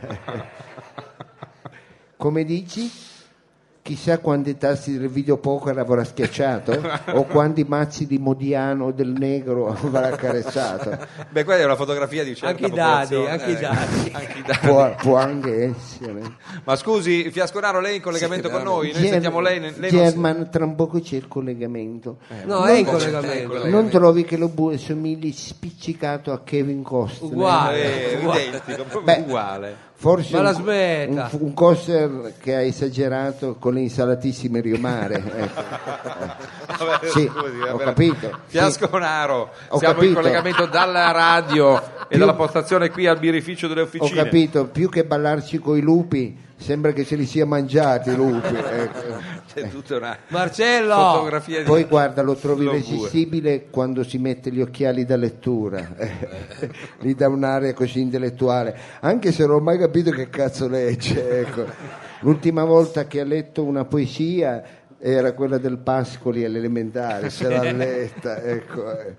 Speaker 1: Come dici? Chissà quanti tasti del videopoker avrà schiacciato o quanti mazzi di Modiano o del Negro avrà accarezzato.
Speaker 2: Beh, quella è una fotografia di certa
Speaker 4: popolazione. Anche i dadi.
Speaker 1: Può anche essere.
Speaker 2: Ma scusi Fiasconaro, lei è in collegamento con noi? Noi sentiamo lei
Speaker 1: German, tra un poco c'è il collegamento.
Speaker 4: No, è in collegamento.
Speaker 1: Non trovi che lo Bue somigli spiccicato a Kevin Costner?
Speaker 2: Uguale. Identico, proprio uguale.
Speaker 1: Forse
Speaker 4: ma la smetta.
Speaker 1: un Costner che ha esagerato con le insalatissime riomare. Ecco.
Speaker 2: Vabbè,
Speaker 1: sì,
Speaker 2: scusi,
Speaker 1: ho capito.
Speaker 2: Fiasconaro,
Speaker 1: sì.
Speaker 2: Siamo in collegamento dalla radio e dalla postazione qui al birrificio delle officine.
Speaker 1: Ho capito, più che ballarci coi lupi sembra che se li sia mangiati i lupi. Ecco.
Speaker 2: C'è tutta una
Speaker 4: Marcello
Speaker 2: fotografia di...
Speaker 1: Poi guarda, lo trovi irresistibile quando si mette gli occhiali da lettura. Gli dà un'area così intellettuale, anche se non ho mai capito che cazzo legge. Ecco. L'ultima volta che ha letto una poesia era quella del Pascoli all'elementare, se l'ha letta. Ecco.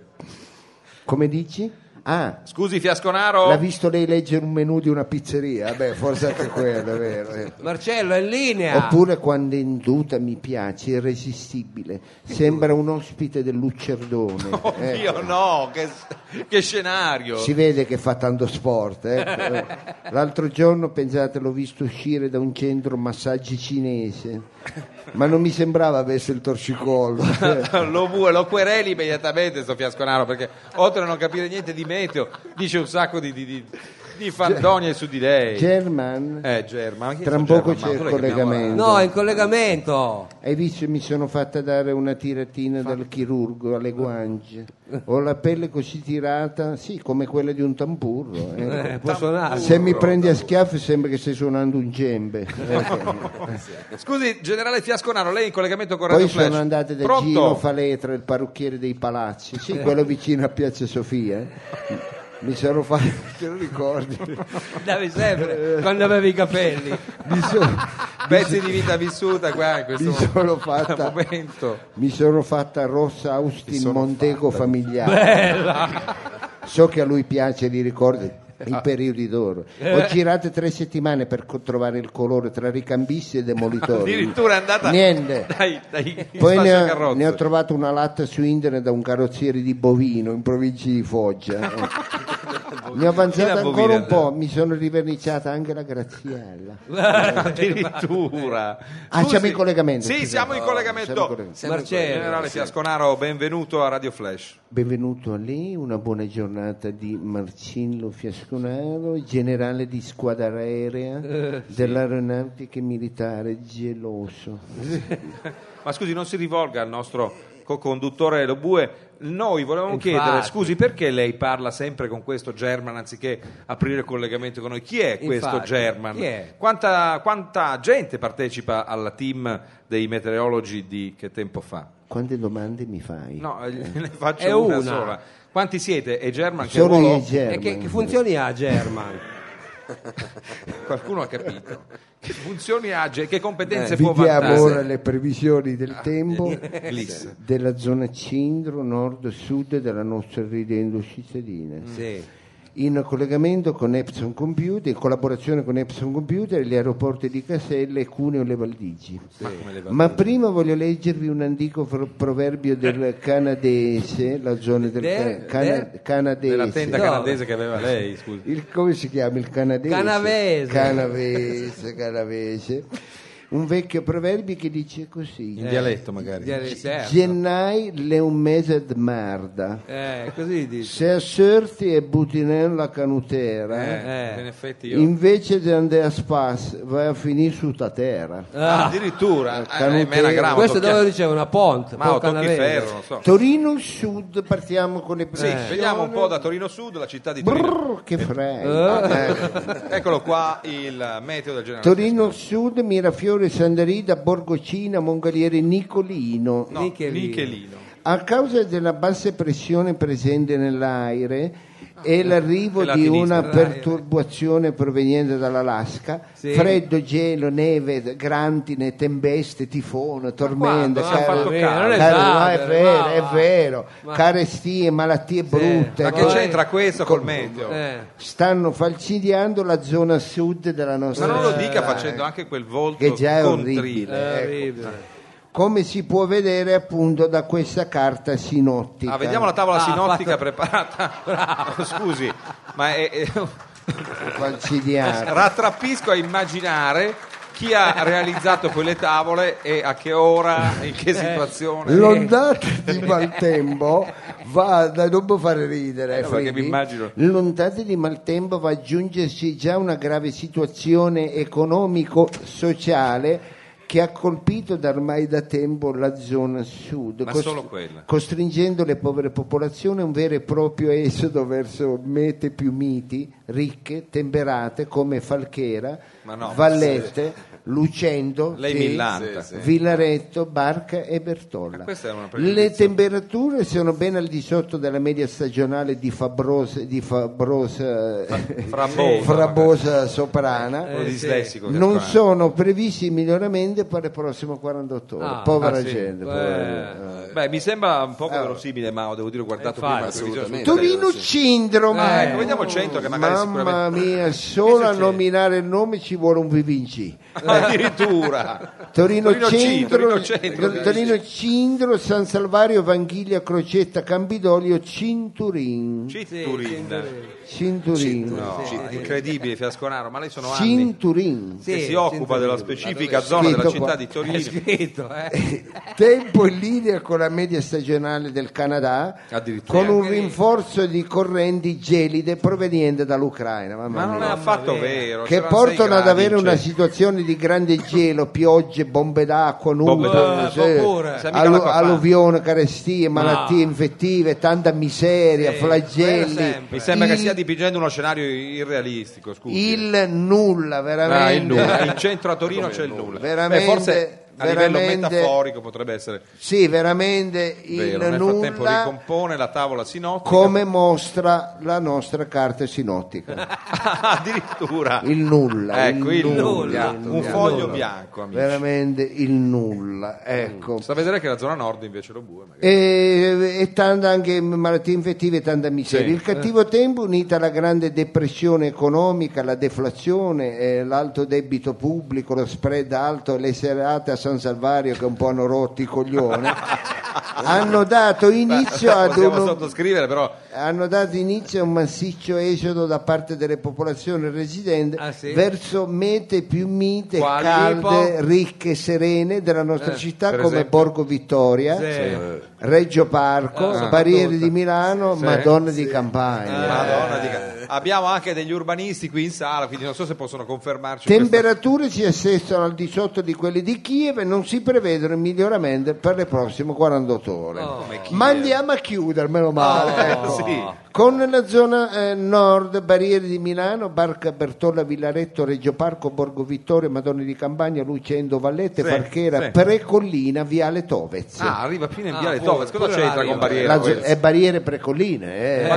Speaker 1: Come dici?
Speaker 2: Scusi Fiasconaro,
Speaker 1: l'ha visto lei leggere un menù di una pizzeria? Beh, forse anche quello è vero.
Speaker 4: Marcello è in linea.
Speaker 1: Oppure quando è in tuta mi piace, irresistibile, sembra un ospite del Luccerdone.
Speaker 2: Oddio, no, che scenario.
Speaker 1: Si vede che fa tanto sport. L'altro giorno, pensate, l'ho visto uscire da un centro massaggi cinese, ma non mi sembrava avesse il torcicollo.
Speaker 2: Lo quereli immediatamente sto Fiasconaro, perché oltre a non capire niente di meteo dice un sacco di fandonie su di lei.
Speaker 1: German, tra un poco c'è il collegamento.
Speaker 4: No, è in collegamento.
Speaker 1: Hai visto, mi sono fatta dare una tiratina dal chirurgo alle guance. Ho la pelle così tirata, sì, come quella di un tampurro.
Speaker 4: Può suonare.
Speaker 1: Se mi prendi a schiaffi sembra che stai suonando un djembe.
Speaker 2: Scusi, generale Fiasconaro, lei è in collegamento con Radio
Speaker 1: Poi
Speaker 2: Flash.
Speaker 1: sono andate da
Speaker 2: Pronto?
Speaker 1: Gino Faletra, il parrucchiere dei palazzi, sì, quello vicino a Piazza Sofia. Mi sono fatto, te lo ricordi?
Speaker 4: Davi sempre quando avevi i capelli.
Speaker 2: Pezzi di vita vissuta qua in questo momento.
Speaker 1: Mi sono fatta Rossa Austin Montego familiare.
Speaker 4: Bella.
Speaker 1: So che a lui piace, li ricordi i periodi d'oro. Ho girato 3 settimane per trovare il colore tra ricambisti e demolitori.
Speaker 2: Addirittura è andata
Speaker 1: niente.
Speaker 2: Dai
Speaker 1: Poi ne ho trovato una latta su internet da un carrozziere di Bovino in provincia di Foggia. Mi ho avanzato ancora un po', mi sono riverniciata anche la Graziella.
Speaker 2: Addirittura.
Speaker 1: Siamo in collegamento.
Speaker 2: Sì, siamo in collegamento.
Speaker 4: Marcello,
Speaker 2: generale Fiasconaro, benvenuto a Radio Flash.
Speaker 1: Benvenuto a lei, una buona giornata di Marcillo Fiasconaro, generale di squadra aerea dell'aeronautica militare geloso.
Speaker 2: Ma scusi, non si rivolga al nostro co-conduttore Lo Bue. Noi volevamo chiedere, scusi, perché lei parla sempre con questo German anziché aprire il collegamento con noi? Chi è questo German?
Speaker 4: Chi è?
Speaker 2: Quanta gente partecipa alla team dei meteorologi di Che Tempo Fa?
Speaker 1: Quante domande mi fai?
Speaker 2: No, ne faccio una sola. Quanti siete? E German che
Speaker 1: Solo
Speaker 2: ruolo?
Speaker 1: io German.
Speaker 4: E che funzioni ha German?
Speaker 2: Qualcuno ha capito. Che funzioni ha? Che competenze può
Speaker 1: Vediamo
Speaker 2: vantare?
Speaker 1: ora le previsioni del tempo
Speaker 2: Gliss.
Speaker 1: della zona centro, nord, sud della nostra ridendo cittadina.
Speaker 4: Sì.
Speaker 1: In collegamento con Epson Computer, in collaborazione con Epson Computer, gli aeroporti di Casella e Cuneo Le Valdigi. Ma prima voglio leggervi un antico proverbio del canadese, la zona del canadese.
Speaker 2: Della tenda canadese che aveva lei, scusi.
Speaker 1: Come si chiama il canadese?
Speaker 4: Canavese.
Speaker 1: Canavese. un vecchio proverbio che dice così:
Speaker 2: in dialetto magari.
Speaker 1: Gennai è un mese di merda.
Speaker 4: Così dice.
Speaker 1: Se assorti e butti nella canutera,
Speaker 2: in effetti io...
Speaker 1: invece di andare a spas, vai a finire su ta terra.
Speaker 2: Addirittura.
Speaker 4: Questo dove diceva una ponte.
Speaker 2: Ma tocchi ferro, non so.
Speaker 1: Torino Sud, partiamo con le prime.
Speaker 2: Veniamo un po' da Torino Sud, la città di Torino.
Speaker 1: Che freddo.
Speaker 2: Eccolo qua il meteo del generale.
Speaker 1: Torino Sud, Mirafiore, Sanderida, Borgocina, Mongaliere, Nicolino.
Speaker 2: Michelino.
Speaker 1: A causa della bassa pressione presente nell'aere e l'arrivo di una perturbazione proveniente dall'Alaska, freddo, gelo, neve, grandine, tempeste, tifone, tormenta, è vero, carestie, malattie brutte.
Speaker 2: Ma che c'entra questo col meteo?
Speaker 1: Stanno falcidiando la zona sud della nostra città.
Speaker 2: Ma non lo dica facendo anche quel volto
Speaker 1: che già è
Speaker 2: contrile.
Speaker 1: orribile. Come si può vedere appunto da questa carta sinottica.
Speaker 2: Vediamo la tavola sinottica preparata. Bravo. Scusi, ma rattrappisco a immaginare chi ha realizzato quelle tavole e a che ora, in che situazione.
Speaker 1: L'ondata di maltempo va da non può fare ridere,
Speaker 2: perché mi immagino.
Speaker 1: L'ondata di maltempo va ad aggiungersi già una grave situazione economico-sociale che ha colpito ormai da tempo la zona sud,
Speaker 2: ma solo quella,
Speaker 1: costringendo le povere popolazioni a un vero e proprio esodo verso mete più miti, ricche, temperate come Falchera, Vallette, Lucendo, Villaretto, Barca e Bertolla. Le temperature sono ben al di sotto della media stagionale di Frabosa Soprana. Non sono previsti miglioramenti per le prossime 48 ore. Povera gente.
Speaker 2: Beh, mi sembra un po' verosimile, ma devo dire, ho guardato prima
Speaker 1: Torino Cindro,
Speaker 2: vediamo il centro che magari
Speaker 1: mamma mia, solo a nominare il nome ci vuole un VVC.
Speaker 2: Addirittura
Speaker 1: Torino Cindro, San Salvario, Vanghiglia, Crocetta, Campidoglio, Cinturin.
Speaker 2: Incredibile, Fiasconaro, ma lei sono
Speaker 1: Cinturin
Speaker 2: che si occupa della specifica zona della città di Torino.
Speaker 1: Tempo in linea con la media stagionale del Canada, con un rinforzo di correnti gelide proveniente dall'Ucraina.
Speaker 2: Ma non è affatto vero,
Speaker 1: che portano ad avere una situazione di grande gelo, piogge, bombe d'acqua, nubi, alluvione, carestie, malattie infettive, tanta miseria, flagelli.
Speaker 2: Mi sembra che stia dipingendo uno scenario irrealistico. Scusi.
Speaker 1: Il nulla, veramente.
Speaker 2: In centro a Torino c'è il nulla.
Speaker 1: Veramente.
Speaker 2: Forse a livello metaforico potrebbe essere
Speaker 1: veramente il
Speaker 2: nel
Speaker 1: nulla,
Speaker 2: frattempo ricompone la tavola sinottica
Speaker 1: come mostra la nostra carta sinottica.
Speaker 2: Addirittura
Speaker 1: il nulla,
Speaker 2: il nulla. Un foglio bianco, amici.
Speaker 1: Veramente il nulla, ecco.
Speaker 2: Sta a vedere che la zona nord invece lo bue
Speaker 1: e tanta anche malattie infettive e tanta miseria. Il cattivo tempo unita alla grande depressione economica, la deflazione, l'alto debito pubblico, lo spread alto, le serate a San Salvario che un po' hanno rotti i coglioni hanno dato inizio a un massiccio esodo da parte delle popolazioni residenti verso mete più mite, calde, ricche e serene della nostra città, come esempio Borgo Vittoria, Reggio Parco, Barriere di Milano, Madonna di Campagna.
Speaker 2: Abbiamo anche degli urbanisti qui in sala, quindi non so se possono confermarci.
Speaker 1: Temperature si assestano al di sotto di quelle di Kiev e non si prevedono miglioramenti per le prossime 48 ore. Ma andiamo a chiudere, meno male. Con la zona nord, Barriere di Milano, Barca, Bertolla, Villaretto, Reggio Parco, Borgo Vittorio, Madonna di Campagna, Lucendo, Vallette, Falchera, Precollina, Viale Tovetz.
Speaker 2: Arriva fino in Viale Tovetz. Cosa c'entra con Barriere?
Speaker 1: È Barriere Precolline.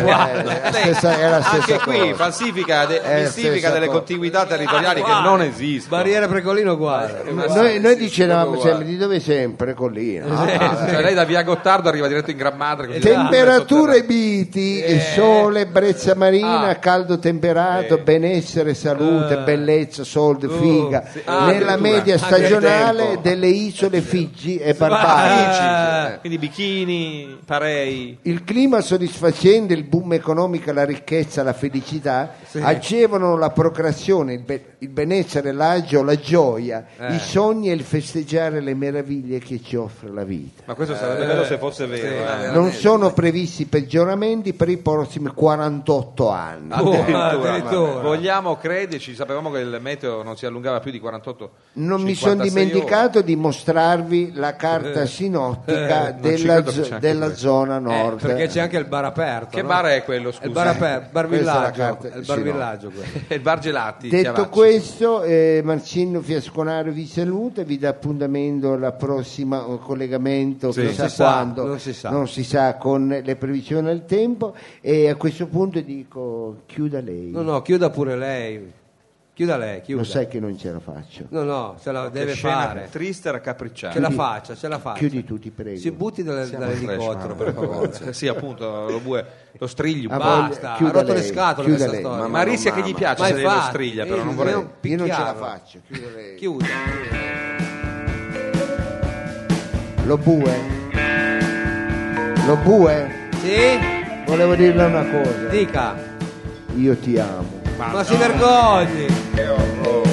Speaker 2: Anche qui falsifica delle continuità territoriali che non esistono.
Speaker 4: Barriere Precolino uguale.
Speaker 1: Noi dicevamo sempre di dove sempre Precolina.
Speaker 2: Cioè lei da via Gottardo arriva diretto in Gran Madre.
Speaker 1: Temperature miti sole, ebbrezza marina, caldo temperato, benessere, salute, bellezza, soldi, figa, nella media stagionale delle isole Figi e Barbados.
Speaker 2: Quindi bikini, parei.
Speaker 1: Il clima soddisfacente, il boom economico, la ricchezza, la felicità agevolano la procreazione, il benessere, l'agio, la gioia, i sogni e il festeggiare le meraviglie che ci offre la vita.
Speaker 2: Ma questo sarebbe bello se fosse vero.
Speaker 1: Non sono previsti peggioramenti per i prossimi 48 anni.
Speaker 2: Addirittura. Vogliamo crederci, sapevamo che il meteo non si allungava più di 48
Speaker 1: Non mi sono dimenticato di mostrarvi la carta sinottica della zona nord.
Speaker 4: Perché c'è anche il bar aperto.
Speaker 2: Che bar è quello, scusa?
Speaker 4: Il bar aperto, bar villaggio.
Speaker 1: Il bar
Speaker 4: villaggio
Speaker 2: il bar gelati.
Speaker 1: Detto questo, Marcino Fiasconaro vi saluta, vi dà appuntamento al prossimo collegamento, chissà quando, non si sa, con le previsioni del tempo, e a questo punto dico chiuda lei.
Speaker 4: No, chiuda pure lei. Chiuda lei.
Speaker 1: Lo sai che non ce la faccio.
Speaker 4: No, se la deve fare.
Speaker 2: Triste e raccapricciata.
Speaker 4: Ce la faccia.
Speaker 1: Chiudi tu, ti prego.
Speaker 4: Si butti dall'elicottero, per favore.
Speaker 2: Sì, appunto, lo striglio.
Speaker 4: Basta, ha rotto le scatole questa storia.
Speaker 2: Ma Rissia che gli piace se lei lo striglia, però non vorrei.
Speaker 1: Io non ce la faccio.
Speaker 4: Chiuda.
Speaker 1: Lo bue?
Speaker 4: Sì?
Speaker 1: Volevo dirle una cosa.
Speaker 4: Dica.
Speaker 1: Io ti amo.
Speaker 4: Ma si vergogni.
Speaker 1: Che orrore.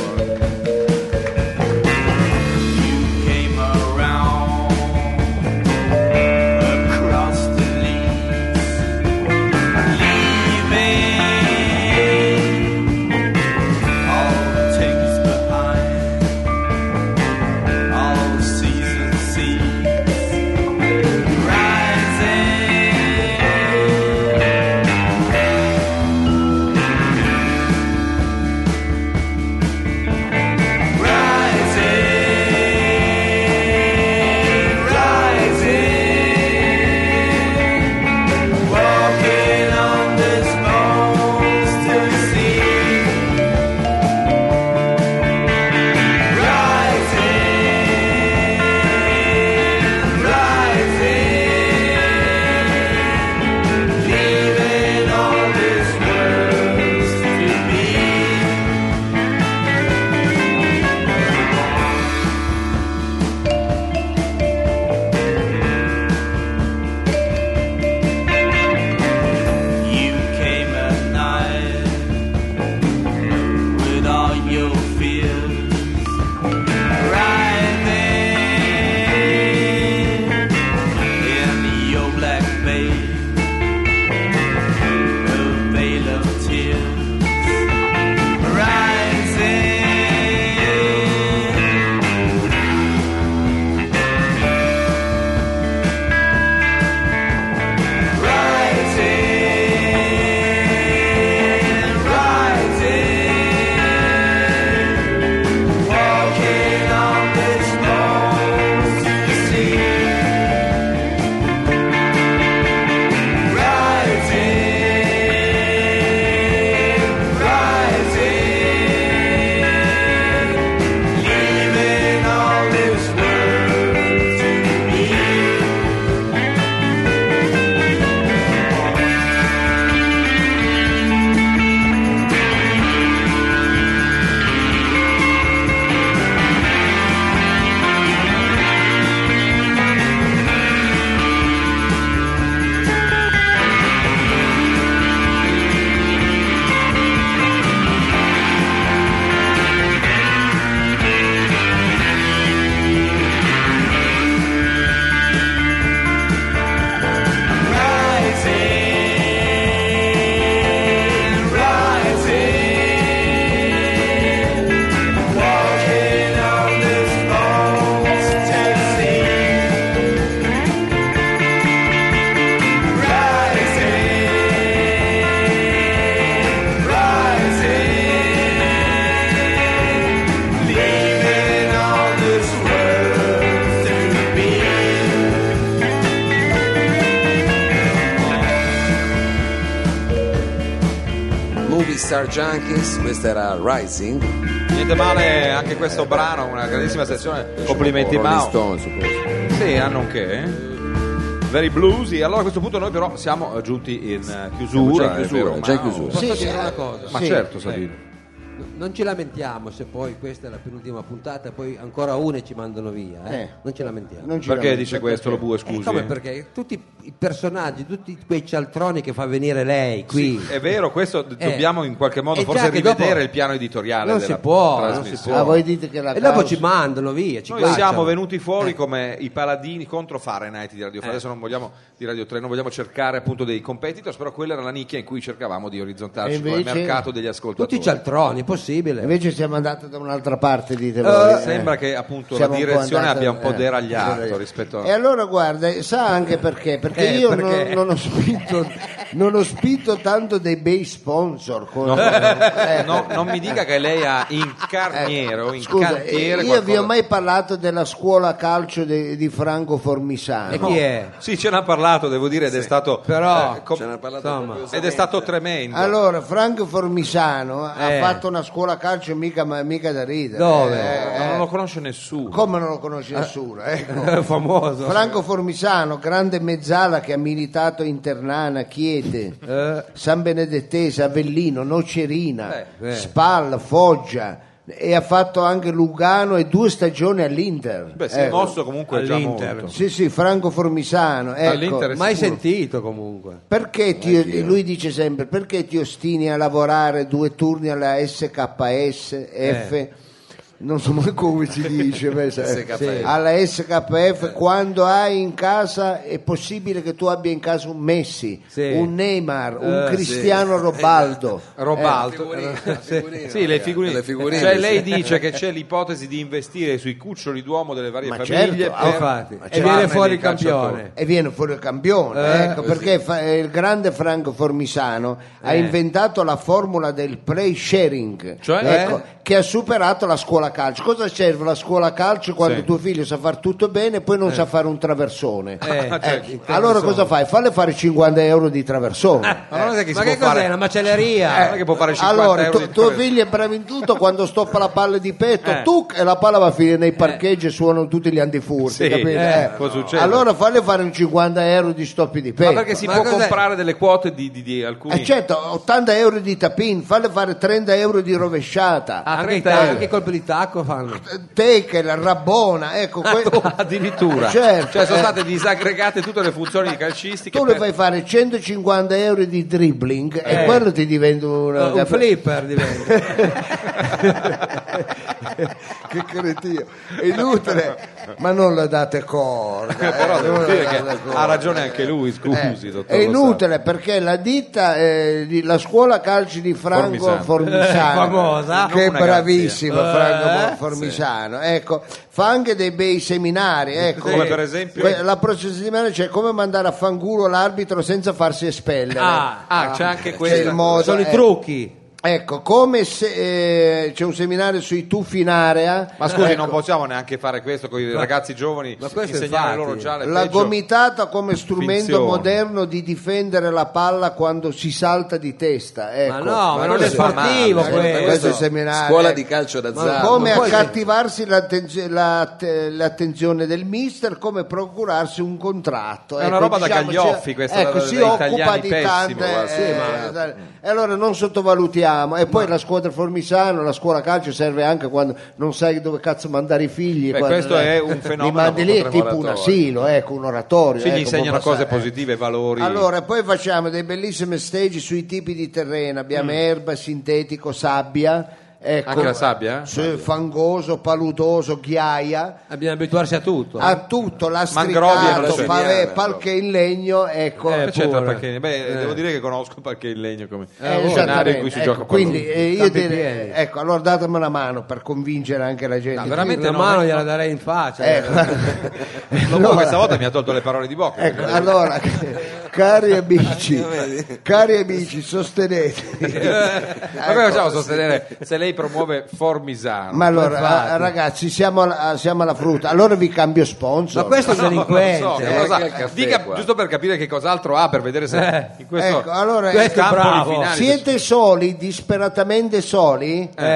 Speaker 3: Star Junkies, questa era Rising.
Speaker 2: Niente male anche questo brano, una grandissima sezione. Complimenti Mao.
Speaker 3: Stone su questo.
Speaker 2: Sì, hanno un che. very bluesy. Allora a questo punto noi però siamo giunti in chiusura.
Speaker 3: Già in chiusura.
Speaker 4: Posso dire una cosa?
Speaker 2: Ma certo, Savino.
Speaker 4: Non ci lamentiamo se poi questa è la penultima puntata e poi ancora una e ci mandano via. Non ci lamentiamo.
Speaker 2: Perché dice questo lo bue, scusi?
Speaker 4: Come perché tutti i personaggi, tutti quei cialtroni che fa venire lei qui.
Speaker 2: Sì, è vero, questo dobbiamo in qualche modo forse rivedere dopo il piano editoriale.
Speaker 4: Non si può.
Speaker 1: Voi dite che la
Speaker 4: e dopo ci mandano via.
Speaker 2: Noi siamo venuti fuori come i paladini contro Fahrenheit di Radio 3. Adesso non vogliamo di Radio 3, non vogliamo cercare appunto dei competitors, però quella era la nicchia in cui cercavamo di orizzontarci con il mercato degli ascoltatori.
Speaker 4: Tutti cialtroni, possibile.
Speaker 1: Invece siamo andati da un'altra parte, dite voi.
Speaker 2: Sembra che appunto la direzione abbia un po' deragliato rispetto a...
Speaker 1: E allora guarda, sa anche perché io non ho spinto tanto dei bei sponsor.
Speaker 2: Non mi dica che lei ha in carniere o in cantiere
Speaker 1: io
Speaker 2: qualcosa.
Speaker 1: vi ho mai parlato della scuola calcio di Franco Formisano?
Speaker 4: E chi è?
Speaker 2: Sì, ce n'ha parlato, devo dire, ed è stato
Speaker 3: ce n'ha parlato
Speaker 2: ed è stato tremendo.
Speaker 1: Allora, Franco Formisano ha fatto una scuola calcio mica da ridere.
Speaker 4: Dove?
Speaker 2: Non lo conosce nessuno.
Speaker 1: Come non lo conosce nessuno?
Speaker 4: È famoso.
Speaker 1: Franco Formisano, grande mezzala che ha militato in Ternana, Chiete, San Benedettese, Avellino, Nocerina, Spal, Foggia, e ha fatto anche Lugano e 2 stagioni all'Inter.
Speaker 2: Si è mosso comunque già molto.
Speaker 1: Sì, Franco Formisano,
Speaker 2: All'Inter
Speaker 4: mai sentito comunque.
Speaker 1: Perché lui dice sempre, perché ti ostini a lavorare 2 turni alla SKS F? Non so mai come si dice alla SKF, quando hai in casa, è possibile che tu abbia in casa un Messi, un Neymar, un Cristiano Ronaldo.
Speaker 2: Sì, le figurine. Cioè lei dice che c'è l'ipotesi di investire sui cuccioli d'uomo delle varie famiglie
Speaker 4: e viene fuori il campione.
Speaker 1: E viene fuori il campione, perché il grande Franco Formisano ha inventato la formula del play sharing, che ha superato la scuola calcio. Cosa serve la scuola calcio quando tuo figlio sa fare tutto bene e poi non sa fare un traversone? Allora cosa fai? Falle fare 50 euro di traversone.
Speaker 4: Ma che cos'è? Una macelleria?
Speaker 2: Non è che può fare 50
Speaker 1: allora,
Speaker 2: euro
Speaker 1: tuo figlio è bravo in tutto, quando stoppa la palla di petto e la palla va a finire nei parcheggi e suonano tutti gli antifurti,
Speaker 2: può succedere.
Speaker 1: Allora falle fare un 50 euro di stoppi di petto.
Speaker 2: Ma perché si può comprare delle quote di alcuni?
Speaker 1: Certo, 80 euro di tapin, falle fare 30 euro di rovesciata.
Speaker 4: Anche colpi di tacco fanno.
Speaker 1: Tackle, rabbona, ecco
Speaker 2: addirittura.
Speaker 1: Certo,
Speaker 2: cioè sono state disaggregate tutte le funzioni calcistiche.
Speaker 1: Tu le fai fare 150 euro di dribbling e quello ti diventa
Speaker 4: un flipper diventa.
Speaker 1: Che cretino, è inutile, ma non la date corda.
Speaker 2: Però devo dire che ha ragione anche lui, scusi, dottor.
Speaker 1: È inutile perché la ditta, la scuola calci di Franco Formisano,
Speaker 4: famosa,
Speaker 1: che è bravissimo Franco Formisano, ecco, fa anche dei bei seminari, ecco.
Speaker 2: Come per esempio
Speaker 1: la prossima settimana c'è come mandare a fanculo l'arbitro senza farsi espellere.
Speaker 2: C'è anche questo.
Speaker 4: Sono i trucchi.
Speaker 1: Ecco, come se c'è un seminario sui tuffi in area.
Speaker 2: Ma scusi, non possiamo neanche fare questo con i ragazzi giovani, insegnare loro già le
Speaker 1: la gomitata come strumento moderno di difendere la palla quando si salta di testa. Ecco.
Speaker 4: Ma non è sportivo
Speaker 1: questo è il seminario.
Speaker 3: Scuola di calcio d'azzardo.
Speaker 1: Come accattivarsi l'attenzione del mister, come procurarsi un contratto.
Speaker 2: È una roba da Gaglioffi questa.
Speaker 1: Ecco, si occupa di tante. E allora non sottovalutiamo. E poi la squadra Formisano, la scuola calcio serve anche quando non sai dove cazzo mandare i figli.
Speaker 2: Questo è un fenomeno.
Speaker 1: Li mandi lì, è tipo un asilo, un oratorio.
Speaker 2: Gli insegnano cose positive, valori.
Speaker 1: Allora, poi facciamo dei bellissimi stage sui tipi di terreno. Abbiamo erba, sintetico, sabbia. Ecco,
Speaker 2: anche la sabbia?
Speaker 1: Fangoso, paludoso, ghiaia.
Speaker 4: Bisogna abituarsi a tutto.
Speaker 1: A tutto, lastricato, palche in legno, ecco.
Speaker 2: Devo dire che conosco palche in legno come
Speaker 1: scenario
Speaker 2: in cui si gioca.
Speaker 1: Quindi io direi, allora datemi una mano per convincere anche la gente.
Speaker 4: Veramente una mano gliela darei in faccia.
Speaker 2: Questa volta mi ha tolto le parole di bocca.
Speaker 1: Allora, cari amici, sostenete.
Speaker 2: Ma come facciamo a sostenere se lei promuove Formisano?
Speaker 1: Ma allora ragazzi, siamo alla frutta. Allora vi cambio sponsor.
Speaker 4: Ma questo è un delinquente.
Speaker 2: Dica giusto per capire che cos'altro ha, per vedere se in questo
Speaker 1: allora
Speaker 2: campo di finali
Speaker 1: siete soli, disperatamente soli?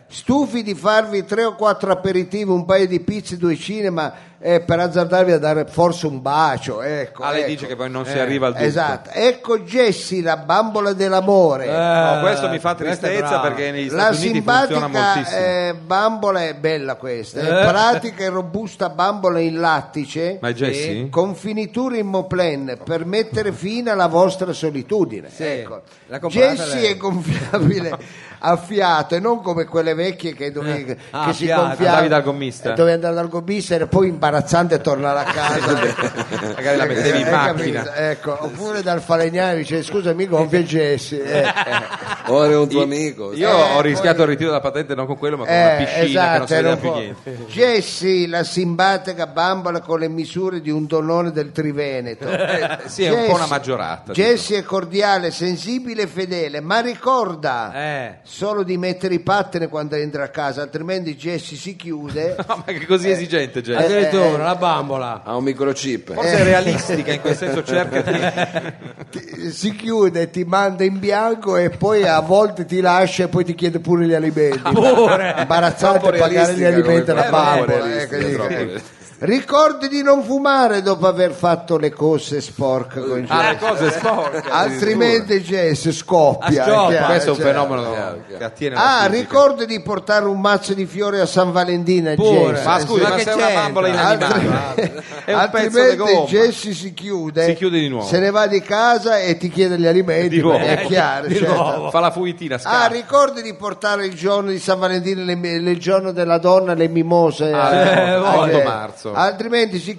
Speaker 1: stufi di farvi 3 o 4 aperitivi, un paio di pizze, 2 cinema, per azzardarvi a dare forse un bacio, ecco.
Speaker 2: Lei dice che poi non si arriva al dubbio.
Speaker 1: Esatto, ecco Jessie, la bambola dell'amore.
Speaker 2: No, questo mi fa tristezza perché negli Stati Uniti funziona moltissimo.
Speaker 1: Bambola è bella questa, pratica e robusta bambola in lattice.
Speaker 2: Ma è Jessie?
Speaker 1: Con finiture in moplen per mettere fine alla vostra solitudine. Ecco. Jessie è gonfiabile a fiato e non come quelle vecchie che si gonfiavano.
Speaker 2: Andavi dal gommista.
Speaker 1: Dovevi andare dal gommista e poi imbarazzante tornare a casa.
Speaker 2: Magari la mettevi in macchina.
Speaker 1: Ecco. Oppure dal falegname dice scusa mi gonfia Jessie.
Speaker 3: Ora è un tuo amico.
Speaker 2: Io ho rischiato il ritiro della patente non con quello ma con una piscina che non si vede più niente.
Speaker 1: Jessie, la simpatica bambola con le misure di un donone del Triveneto.
Speaker 2: Sì, è un po' una maggiorata.
Speaker 1: Jessie è cordiale, sensibile e fedele, ma ricorda solo di mettere i pattini quando entra a casa, altrimenti Jessie si chiude.
Speaker 2: No, ma che così esigente Jessie?
Speaker 4: Addirittura la bambola
Speaker 3: ha un microchip.
Speaker 2: Forse è realistica in quel senso, cerca
Speaker 1: si chiude, ti manda in bianco e poi a volte ti lascia e poi ti chiede pure gli alimenti. Imbarazzante pagare gli alimenti alla bambola. Ricordi di non fumare dopo aver fatto le cose sporche con
Speaker 2: le cose sporche
Speaker 1: altrimenti Jess scoppia.
Speaker 2: Questo è un fenomeno che attiene
Speaker 1: ricordi di portare un mazzo di fiori a San Valentino
Speaker 2: ma scusa, ma sei una bambola inanimata è un
Speaker 1: altrimenti Jess si chiude
Speaker 2: di nuovo,
Speaker 1: se ne va di casa e ti chiede gli alimenti è chiaro, certo.
Speaker 2: Fa la fuitina, scappa.
Speaker 1: Ricordi di portare il giorno di San Valentino il giorno della donna le mimose
Speaker 2: 8 marzo,
Speaker 1: altrimenti si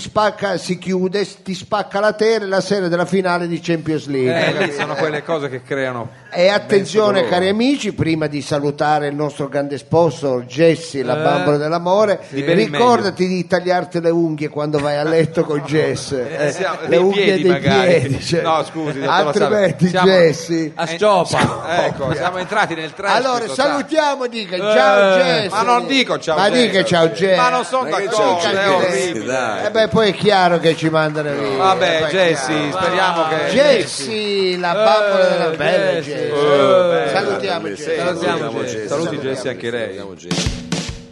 Speaker 1: spacca la tela la sera della finale di Champions League.
Speaker 2: Sono quelle cose che creano.
Speaker 1: E attenzione cari amici, prima di salutare il nostro grande sponsor Jessie, la bambola dell'amore, ricordati di tagliarti le unghie quando vai a letto con Jess, le unghie dei piedi, cioè.
Speaker 2: No scusi,
Speaker 1: altrimenti Jessie
Speaker 2: a stoppa. Ecco, siamo entrati nel trash.
Speaker 1: Allora salutiamo, dica ciao Jess.
Speaker 2: Ma non dico ciao
Speaker 1: ma dica ciao Jess,
Speaker 2: ma non sono d'accordo, è orribile.
Speaker 1: Poi è chiaro che ci mandano via.
Speaker 2: Vabbè Jessie, speriamo che
Speaker 1: Jessie, la bambola della bella Jessie. Salutiamo
Speaker 2: Jessie. Saluti Jessie anche lei.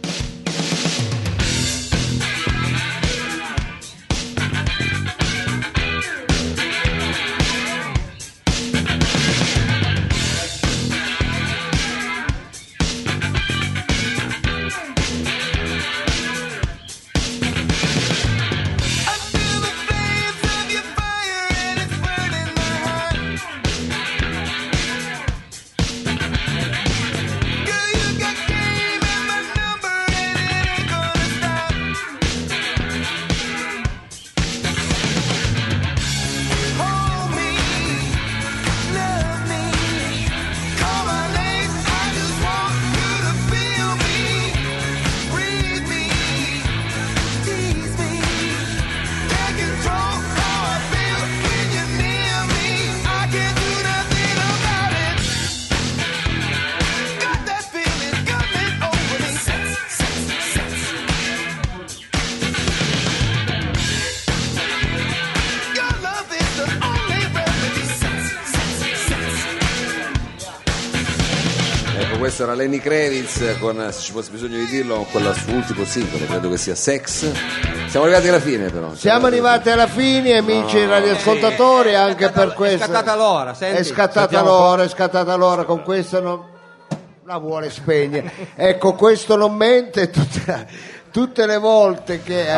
Speaker 3: Questo era Lenny Kravitz con, se ci fosse bisogno di dirlo, con il suo ultimo singolo, credo che sia Sex. Siamo arrivati alla fine però.
Speaker 1: Siamo arrivati alla fine, amici radioascoltatori, anche per questo.
Speaker 4: È scattata l'ora, senti.
Speaker 1: È scattata l'ora, con questo non la vuole spegnere. Ecco, questo non mente, tutte le volte che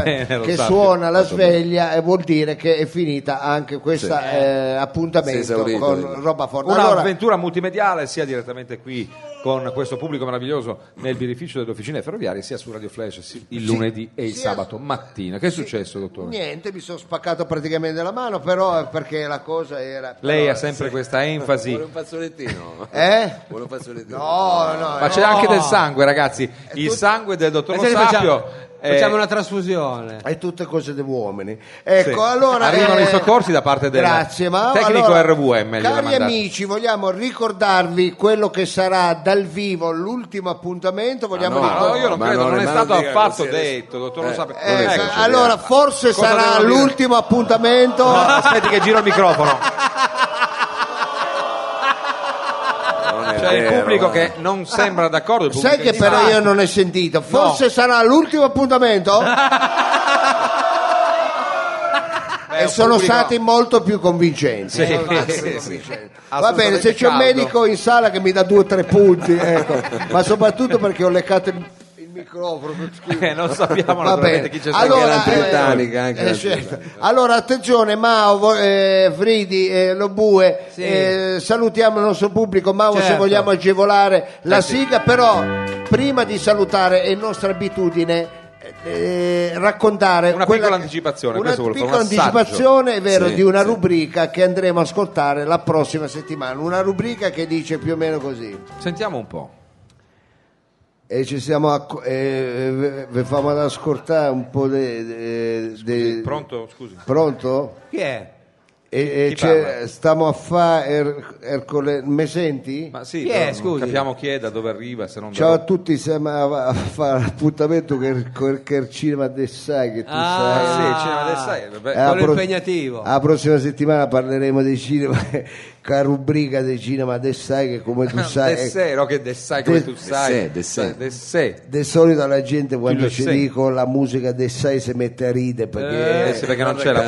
Speaker 1: suona la sveglia vuol dire che è finita anche questo appuntamento con Roba Forte.
Speaker 2: Un'avventura multimediale sia direttamente qui con questo pubblico meraviglioso nel birrificio delle officine ferroviarie, sia su Radio Flash il lunedì e il sabato mattina. Che è successo, dottore?
Speaker 1: Niente, mi sono spaccato praticamente la mano, però perché la cosa era...
Speaker 2: Lei ha sempre questa enfasi.
Speaker 3: Vuole un fazzolettino?
Speaker 1: Vuole
Speaker 3: un fazzolettino?
Speaker 1: No.
Speaker 2: Ma c'è anche del sangue, ragazzi. Il sangue del dottor Lo Sapio.
Speaker 4: Facciamo una trasfusione.
Speaker 1: È tutte cose degli uomini. Ecco, allora
Speaker 2: arrivano i soccorsi da parte del tecnico RVM.
Speaker 1: Cari amici, vogliamo ricordarvi quello che sarà dal vivo l'ultimo appuntamento. Vogliamo
Speaker 2: io non credo, non è stato affatto detto, dottor Lo Sapio.
Speaker 1: Allora, forse sarà l'ultimo appuntamento.
Speaker 2: No, aspetti che giro il microfono. il pubblico che non sembra d'accordo.
Speaker 1: Sai che però io non ho sentito, forse sarà l'ultimo appuntamento? E sono stati molto più convincenti. Va bene, se c'è un medico in sala che mi dà 2 o 3 punti, ecco. Ma soprattutto perché ho leccato il microfono.
Speaker 2: Non sappiamo naturalmente chi c'è stato.
Speaker 1: Allora attenzione, Mao, Fridi, Lobue, salutiamo il nostro pubblico. Mao, se vogliamo agevolare la sigla, però prima di salutare è nostra abitudine raccontare
Speaker 2: una piccola anticipazione,
Speaker 1: è vero, di una rubrica che andremo a ascoltare la prossima settimana, una rubrica che dice più o meno così.
Speaker 2: Sentiamo un po'.
Speaker 1: E ci siamo vi famo ad ascoltare un po'
Speaker 2: pronto? Scusi.
Speaker 1: Pronto?
Speaker 4: Chi è?
Speaker 1: Stiamo a fare mi senti?
Speaker 2: Ma sì, non capiamo chi è, da dove arriva, se non
Speaker 1: ciao a tutti, siamo a fare appuntamento che il cinema del Sai, che tu sai.
Speaker 2: Sì, il cinema del Sai,
Speaker 4: quello impegnativo.
Speaker 1: La prossima settimana parleremo di cinema, con la rubrica del cinema del Sai, che come tu sai
Speaker 2: che del Sai come tu sai.
Speaker 1: Di solito la gente quando ci dico la musica del Sai si mette a ridere
Speaker 2: perché non c'è la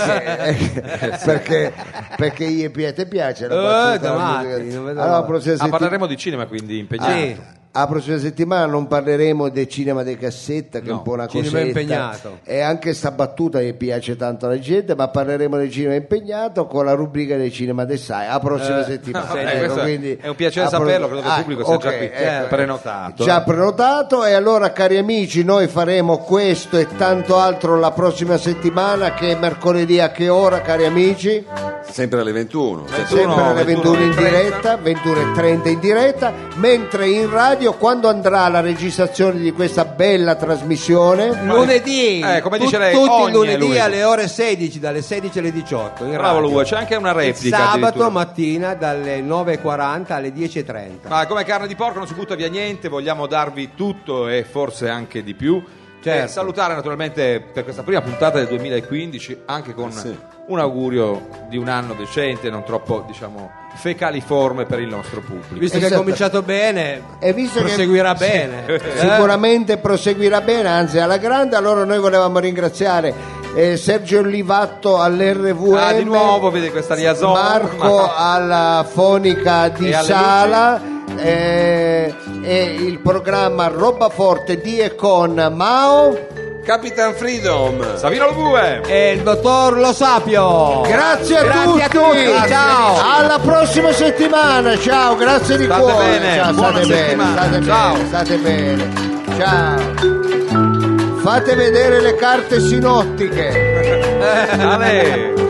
Speaker 2: musica.
Speaker 1: Perché gli piace la musica. Allora,
Speaker 2: parleremo di cinema, quindi impegnato.
Speaker 1: La prossima settimana non parleremo del cinema di cassetta, che è un po' una cosetta,
Speaker 4: impegnato.
Speaker 1: E anche sta battuta che piace tanto alla gente, ma parleremo del cinema impegnato con la rubrica del cinema del Sai la prossima settimana.
Speaker 2: Quindi è un piacere saperlo, credo che il pubblico sia già qui prenotato.
Speaker 1: Già prenotato, e allora cari amici, noi faremo questo e tanto altro la prossima settimana, che è mercoledì a che ora, cari amici?
Speaker 3: Sempre alle 21.
Speaker 1: Sempre alle 21 in diretta, 21:30 in diretta, mentre in radio quando andrà la registrazione di questa bella trasmissione?
Speaker 4: Lunedì,
Speaker 2: come dice lei,
Speaker 4: tutti lunedì alle ore 16, dalle 16 alle 18.
Speaker 2: Bravo lui, c'è anche una replica.
Speaker 4: Sabato mattina dalle 9:40 alle 10:30.
Speaker 2: Ma come carne di porco non si butta via niente, vogliamo darvi tutto e forse anche di più.
Speaker 4: Certo.
Speaker 2: Salutare naturalmente per questa prima puntata del 2015 anche con un augurio di un anno decente, non troppo fecaliforme per il nostro pubblico.
Speaker 4: Visto che è cominciato bene e visto proseguirà bene.
Speaker 1: Sicuramente proseguirà bene, anzi alla grande. Allora noi volevamo ringraziare Sergio Olivatto all'RVM,
Speaker 2: di nuovo, vede questa liaison,
Speaker 1: Marco alla fonica di Sala e il programma Roba Forte di e con Mao,
Speaker 3: Capitan Freedom,
Speaker 2: Savino Lobue
Speaker 4: e il dottor Lo Sapio.
Speaker 1: Grazie a tutti.
Speaker 4: Grazie. Ciao,
Speaker 1: alla prossima settimana. Ciao, grazie di cuore. State bene. Ciao. Fate vedere le carte sinottiche.